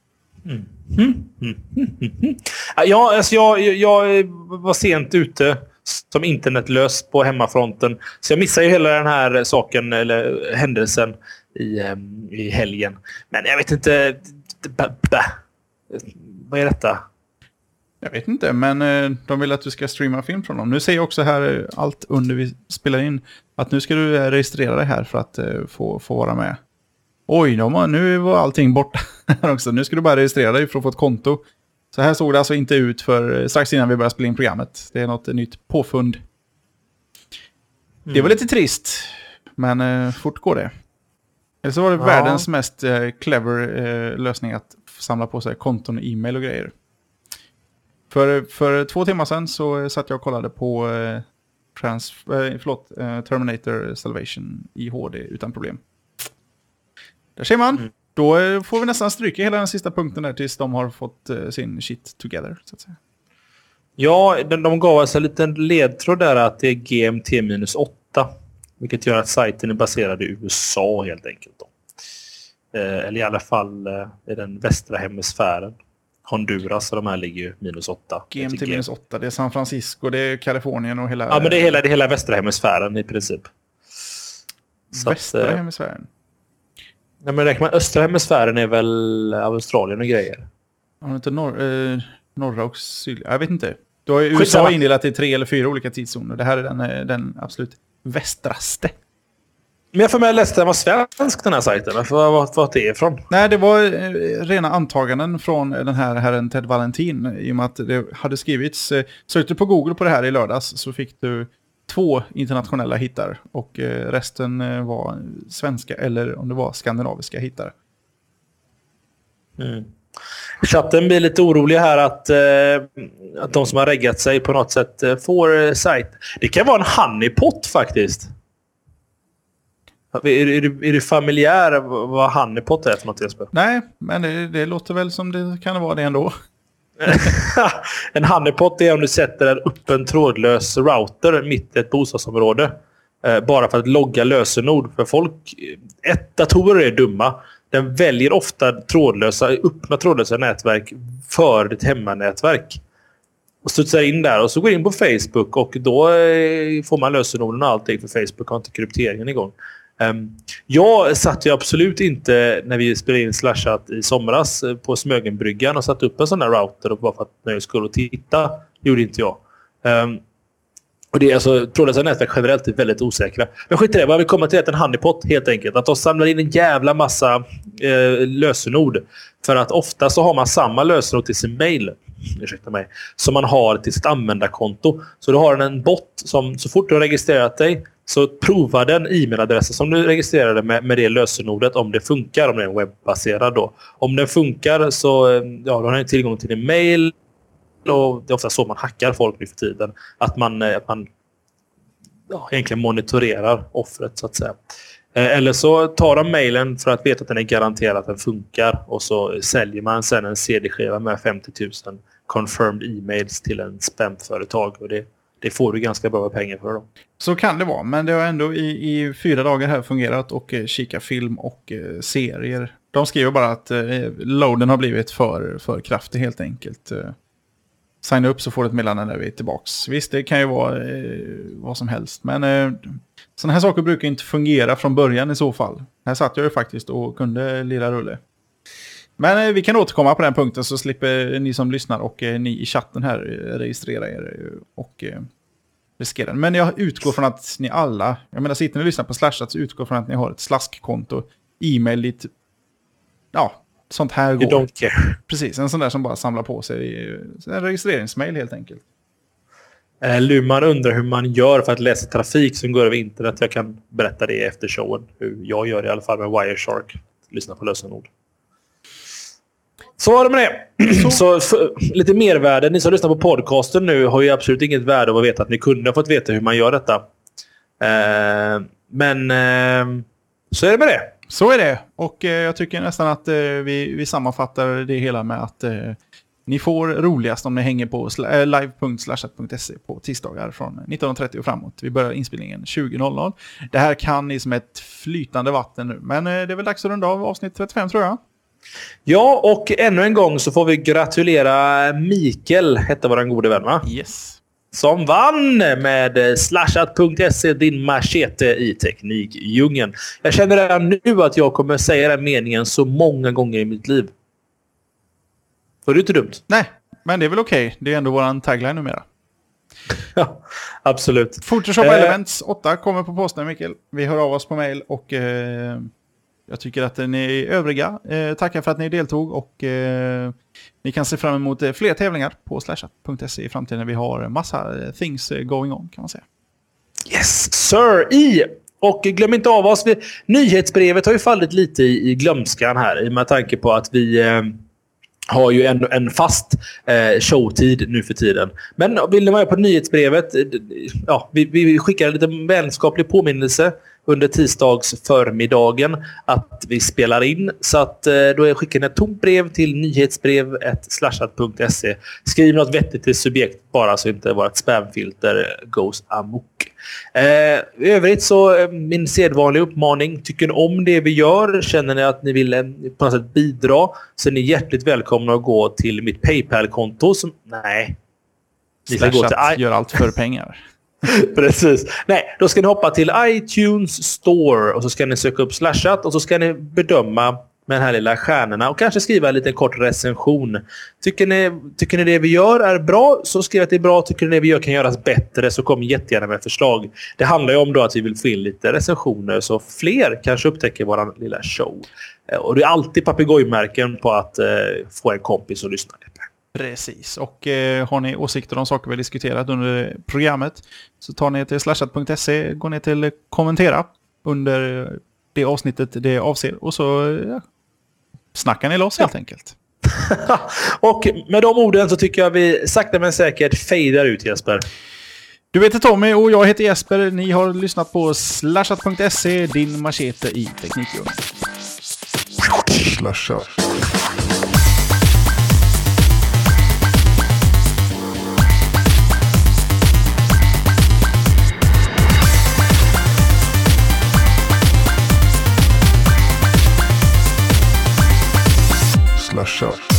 Ja, alltså jag var sent ute som internetlös på hemmafronten. Så jag missade ju hela den här saken, eller händelsen i helgen. Men jag vet inte... Vad är detta? Jag vet inte, men de vill att du ska streama film från dem. Nu ser jag också här allt under vi spelar in att nu ska du registrera dig här för att få vara med. Oj, nu var allting borta här också. Nu ska du bara registrera dig för att få ett konto. Så här såg det alltså inte ut för strax innan vi började spela in programmet. Det är något nytt påfund. Det var lite trist, men fort går det. Eller så var det världens mest clever lösning att samla på sig konton, e-mail och grejer. För 2 timmar sedan så satt jag och kollade på Terminator Salvation i HD utan problem. Där ser man. Då får vi nästan stryka hela den sista punkten där tills de har fått sin shit together, så att säga. Ja, de gav oss en liten ledtråd där att det är GMT-8. Vilket gör att sajten är baserad i USA helt enkelt. Då. Eller i alla fall i den västra hemisfären. Honduras och de här ligger ju -8. GMT-8, det är San Francisco, det är Kalifornien och hela... Ja, men det är hela västra hemisfären i princip. Västra hemisfären? Nej, men räknar man östra hemisfären är väl Australien och grejer. Ja, inte norra och syd... Jag vet inte. Då har USA indelat i 3 eller 4 olika tidszoner. Det här är den absolut västraste. Men jag får med att läsa att den var svensk, den här sajten. Vad det är ifrån? Nej, det var rena antaganden från den här herren Ted Valentin. I och med att det hade skrivits... Sökte du på Google på det här i lördags så fick du 2 internationella hittar. Och resten var svenska eller om det var skandinaviska hittar. Chatten blir lite orolig här att de som har reggat sig på något sätt får sajt. Det kan vara en honeypot faktiskt. Är du familjär vad honeypot är för något, Jesper? Nej, men det låter väl som det kan vara det ändå. En honeypot är om du sätter upp en trådlös router mitt i ett bostadsområde. Bara för att logga lösenord. För datorer är dumma. Den väljer ofta öppna trådlösa nätverk för ditt hemmanätverk. Och studsar in där och så går in på Facebook och då får man lösenorden och allting för Facebook har inte krypteringen igång. Jag satt ju absolut inte när vi spelade in Slashat i somras på Smögenbryggan och satt upp en sån där router och bara för att när jag skulle titta, det gjorde inte jag. Och det är alltså, trådlösa nätverk generellt är väldigt osäkra. Men skit i det, vad vi kommer till är en honeypot helt enkelt. Att de samlar in en jävla massa lösenord. För att ofta så har man samma lösenord till sin mail. Ursäkta mig. Som man har till sitt användarkonto. Så du har en bot som så fort du har registrerat dig så provar den e-mailadressen som du registrerade med det lösenordet om det funkar, om det är webbaserad då. Om den funkar så då har den tillgång till din mail. Och det är ofta så man hackar folk nu för tiden. Att man egentligen monitorerar offret så att säga. Eller så tar de mailen för att veta att den är garanterad att den funkar. Och så säljer man sen en CD-skiva med 50 000 confirmed e-mails till en spamföretag. Och det får du ganska bra pengar för dem. Så kan det vara, men det har ändå i 4 dagar här fungerat och kika film och serier. De skriver bara att loaden har blivit för kraftig helt enkelt. Signa upp så får du ett meddelande när vi är tillbaks. Visst, det kan ju vara vad som helst. Men sådana här saker brukar inte fungera från början i så fall. Här satt jag ju faktiskt och kunde lira rulle. Men vi kan återkomma på den punkten så slipper ni som lyssnar och ni i chatten här registrera er och riskera. Men jag utgår från att ni alla, jag menar sitter ni och lyssnar på Slashat så utgår från att ni har ett slaskkonto, e-mail, ditt, sånt här går. You don't care. Precis, en sån där som bara samlar på sig en registreringsmail helt enkelt. Luman undrar hur man gör för att läsa trafik som går över internet. Jag kan berätta det efter showen. Hur jag gör det i alla fall med Wireshark. Lyssna på lösenord. Så var det med det. Så lite mervärde. Ni som lyssnar på podcasten nu har ju absolut inget värde av att veta att ni kunde ha fått veta hur man gör detta. Men så är det med det. Så är det. Och jag tycker nästan att vi sammanfattar det hela med att ni får roligast om ni hänger på live.slashat.se på tisdagar från 19.30 och framåt. Vi börjar inspelningen 20.00. Det här kan ni som ett flytande vatten nu. Men det är väl dags att runda av avsnitt 35 tror jag. Ja, och ännu en gång så får vi gratulera Mikael, hette vår gode vän va? Yes. Som vann med slashat.se, din machete i teknikdjungeln. Jag känner redan nu att jag kommer säga den meningen så många gånger i mitt liv. Så det är inte dumt. Nej, men det är väl okej. Det är ändå våran tagline numera. Ja, absolut. Photoshop Elements 8 kommer på posten, Mikael. Vi hör av oss på mail och jag tycker att ni övriga tackar för att ni deltog och ni kan se fram emot fler tävlingar på slashat.se i framtiden. Vi har massa things going on, kan man säga. Yes, sir! Och glöm inte av oss. Nyhetsbrevet har ju fallit lite i glömskan här. Med tanke på att vi har ju en fast showtid nu för tiden. Men vill ni vara med på nyhetsbrevet? Ja, vi skickar en lite vänskaplig påminnelse under tisdags förmiddagen att vi spelar in. Så att då skickar ni ett tomt brev till nyhetsbrev@slashat.se. Skriv något vettigt till subjekt bara så inte vårt spamfilter goes amok. I övrigt så min sedvanliga uppmaning. Tycker ni om det vi gör? Känner ni att ni vill på något sätt bidra? Så är ni hjärtligt välkomna att gå till mitt PayPal-konto. Ni ska gå till gör allt för pengar. Precis. Nej, då ska ni hoppa till iTunes Store och så ska ni söka upp Slashat och så ska ni bedöma med den här lilla stjärnorna och kanske skriva en liten kort recension. Tycker ni det vi gör är bra, så skriv att det är bra. Tycker ni det vi gör kan göras bättre, så kom jättegärna med förslag. Det handlar ju om då att vi vill få in lite recensioner så fler kanske upptäcker våran lilla show. Och det är alltid papegojmärken på att få en kompis att lyssna lite. Precis, och har ni åsikter om saker vi diskuterat under programmet så tar ni till slashat.se, går ner till kommentera under det avsnittet det avser och så snackar ni loss helt enkelt. Och med de orden så tycker jag vi sakta men säkert fejdar ut, Jesper. Du heter Tommy och jag heter Jesper. Ni har lyssnat på slashat.se, din machete i teknikrum. Slashat. Slashat.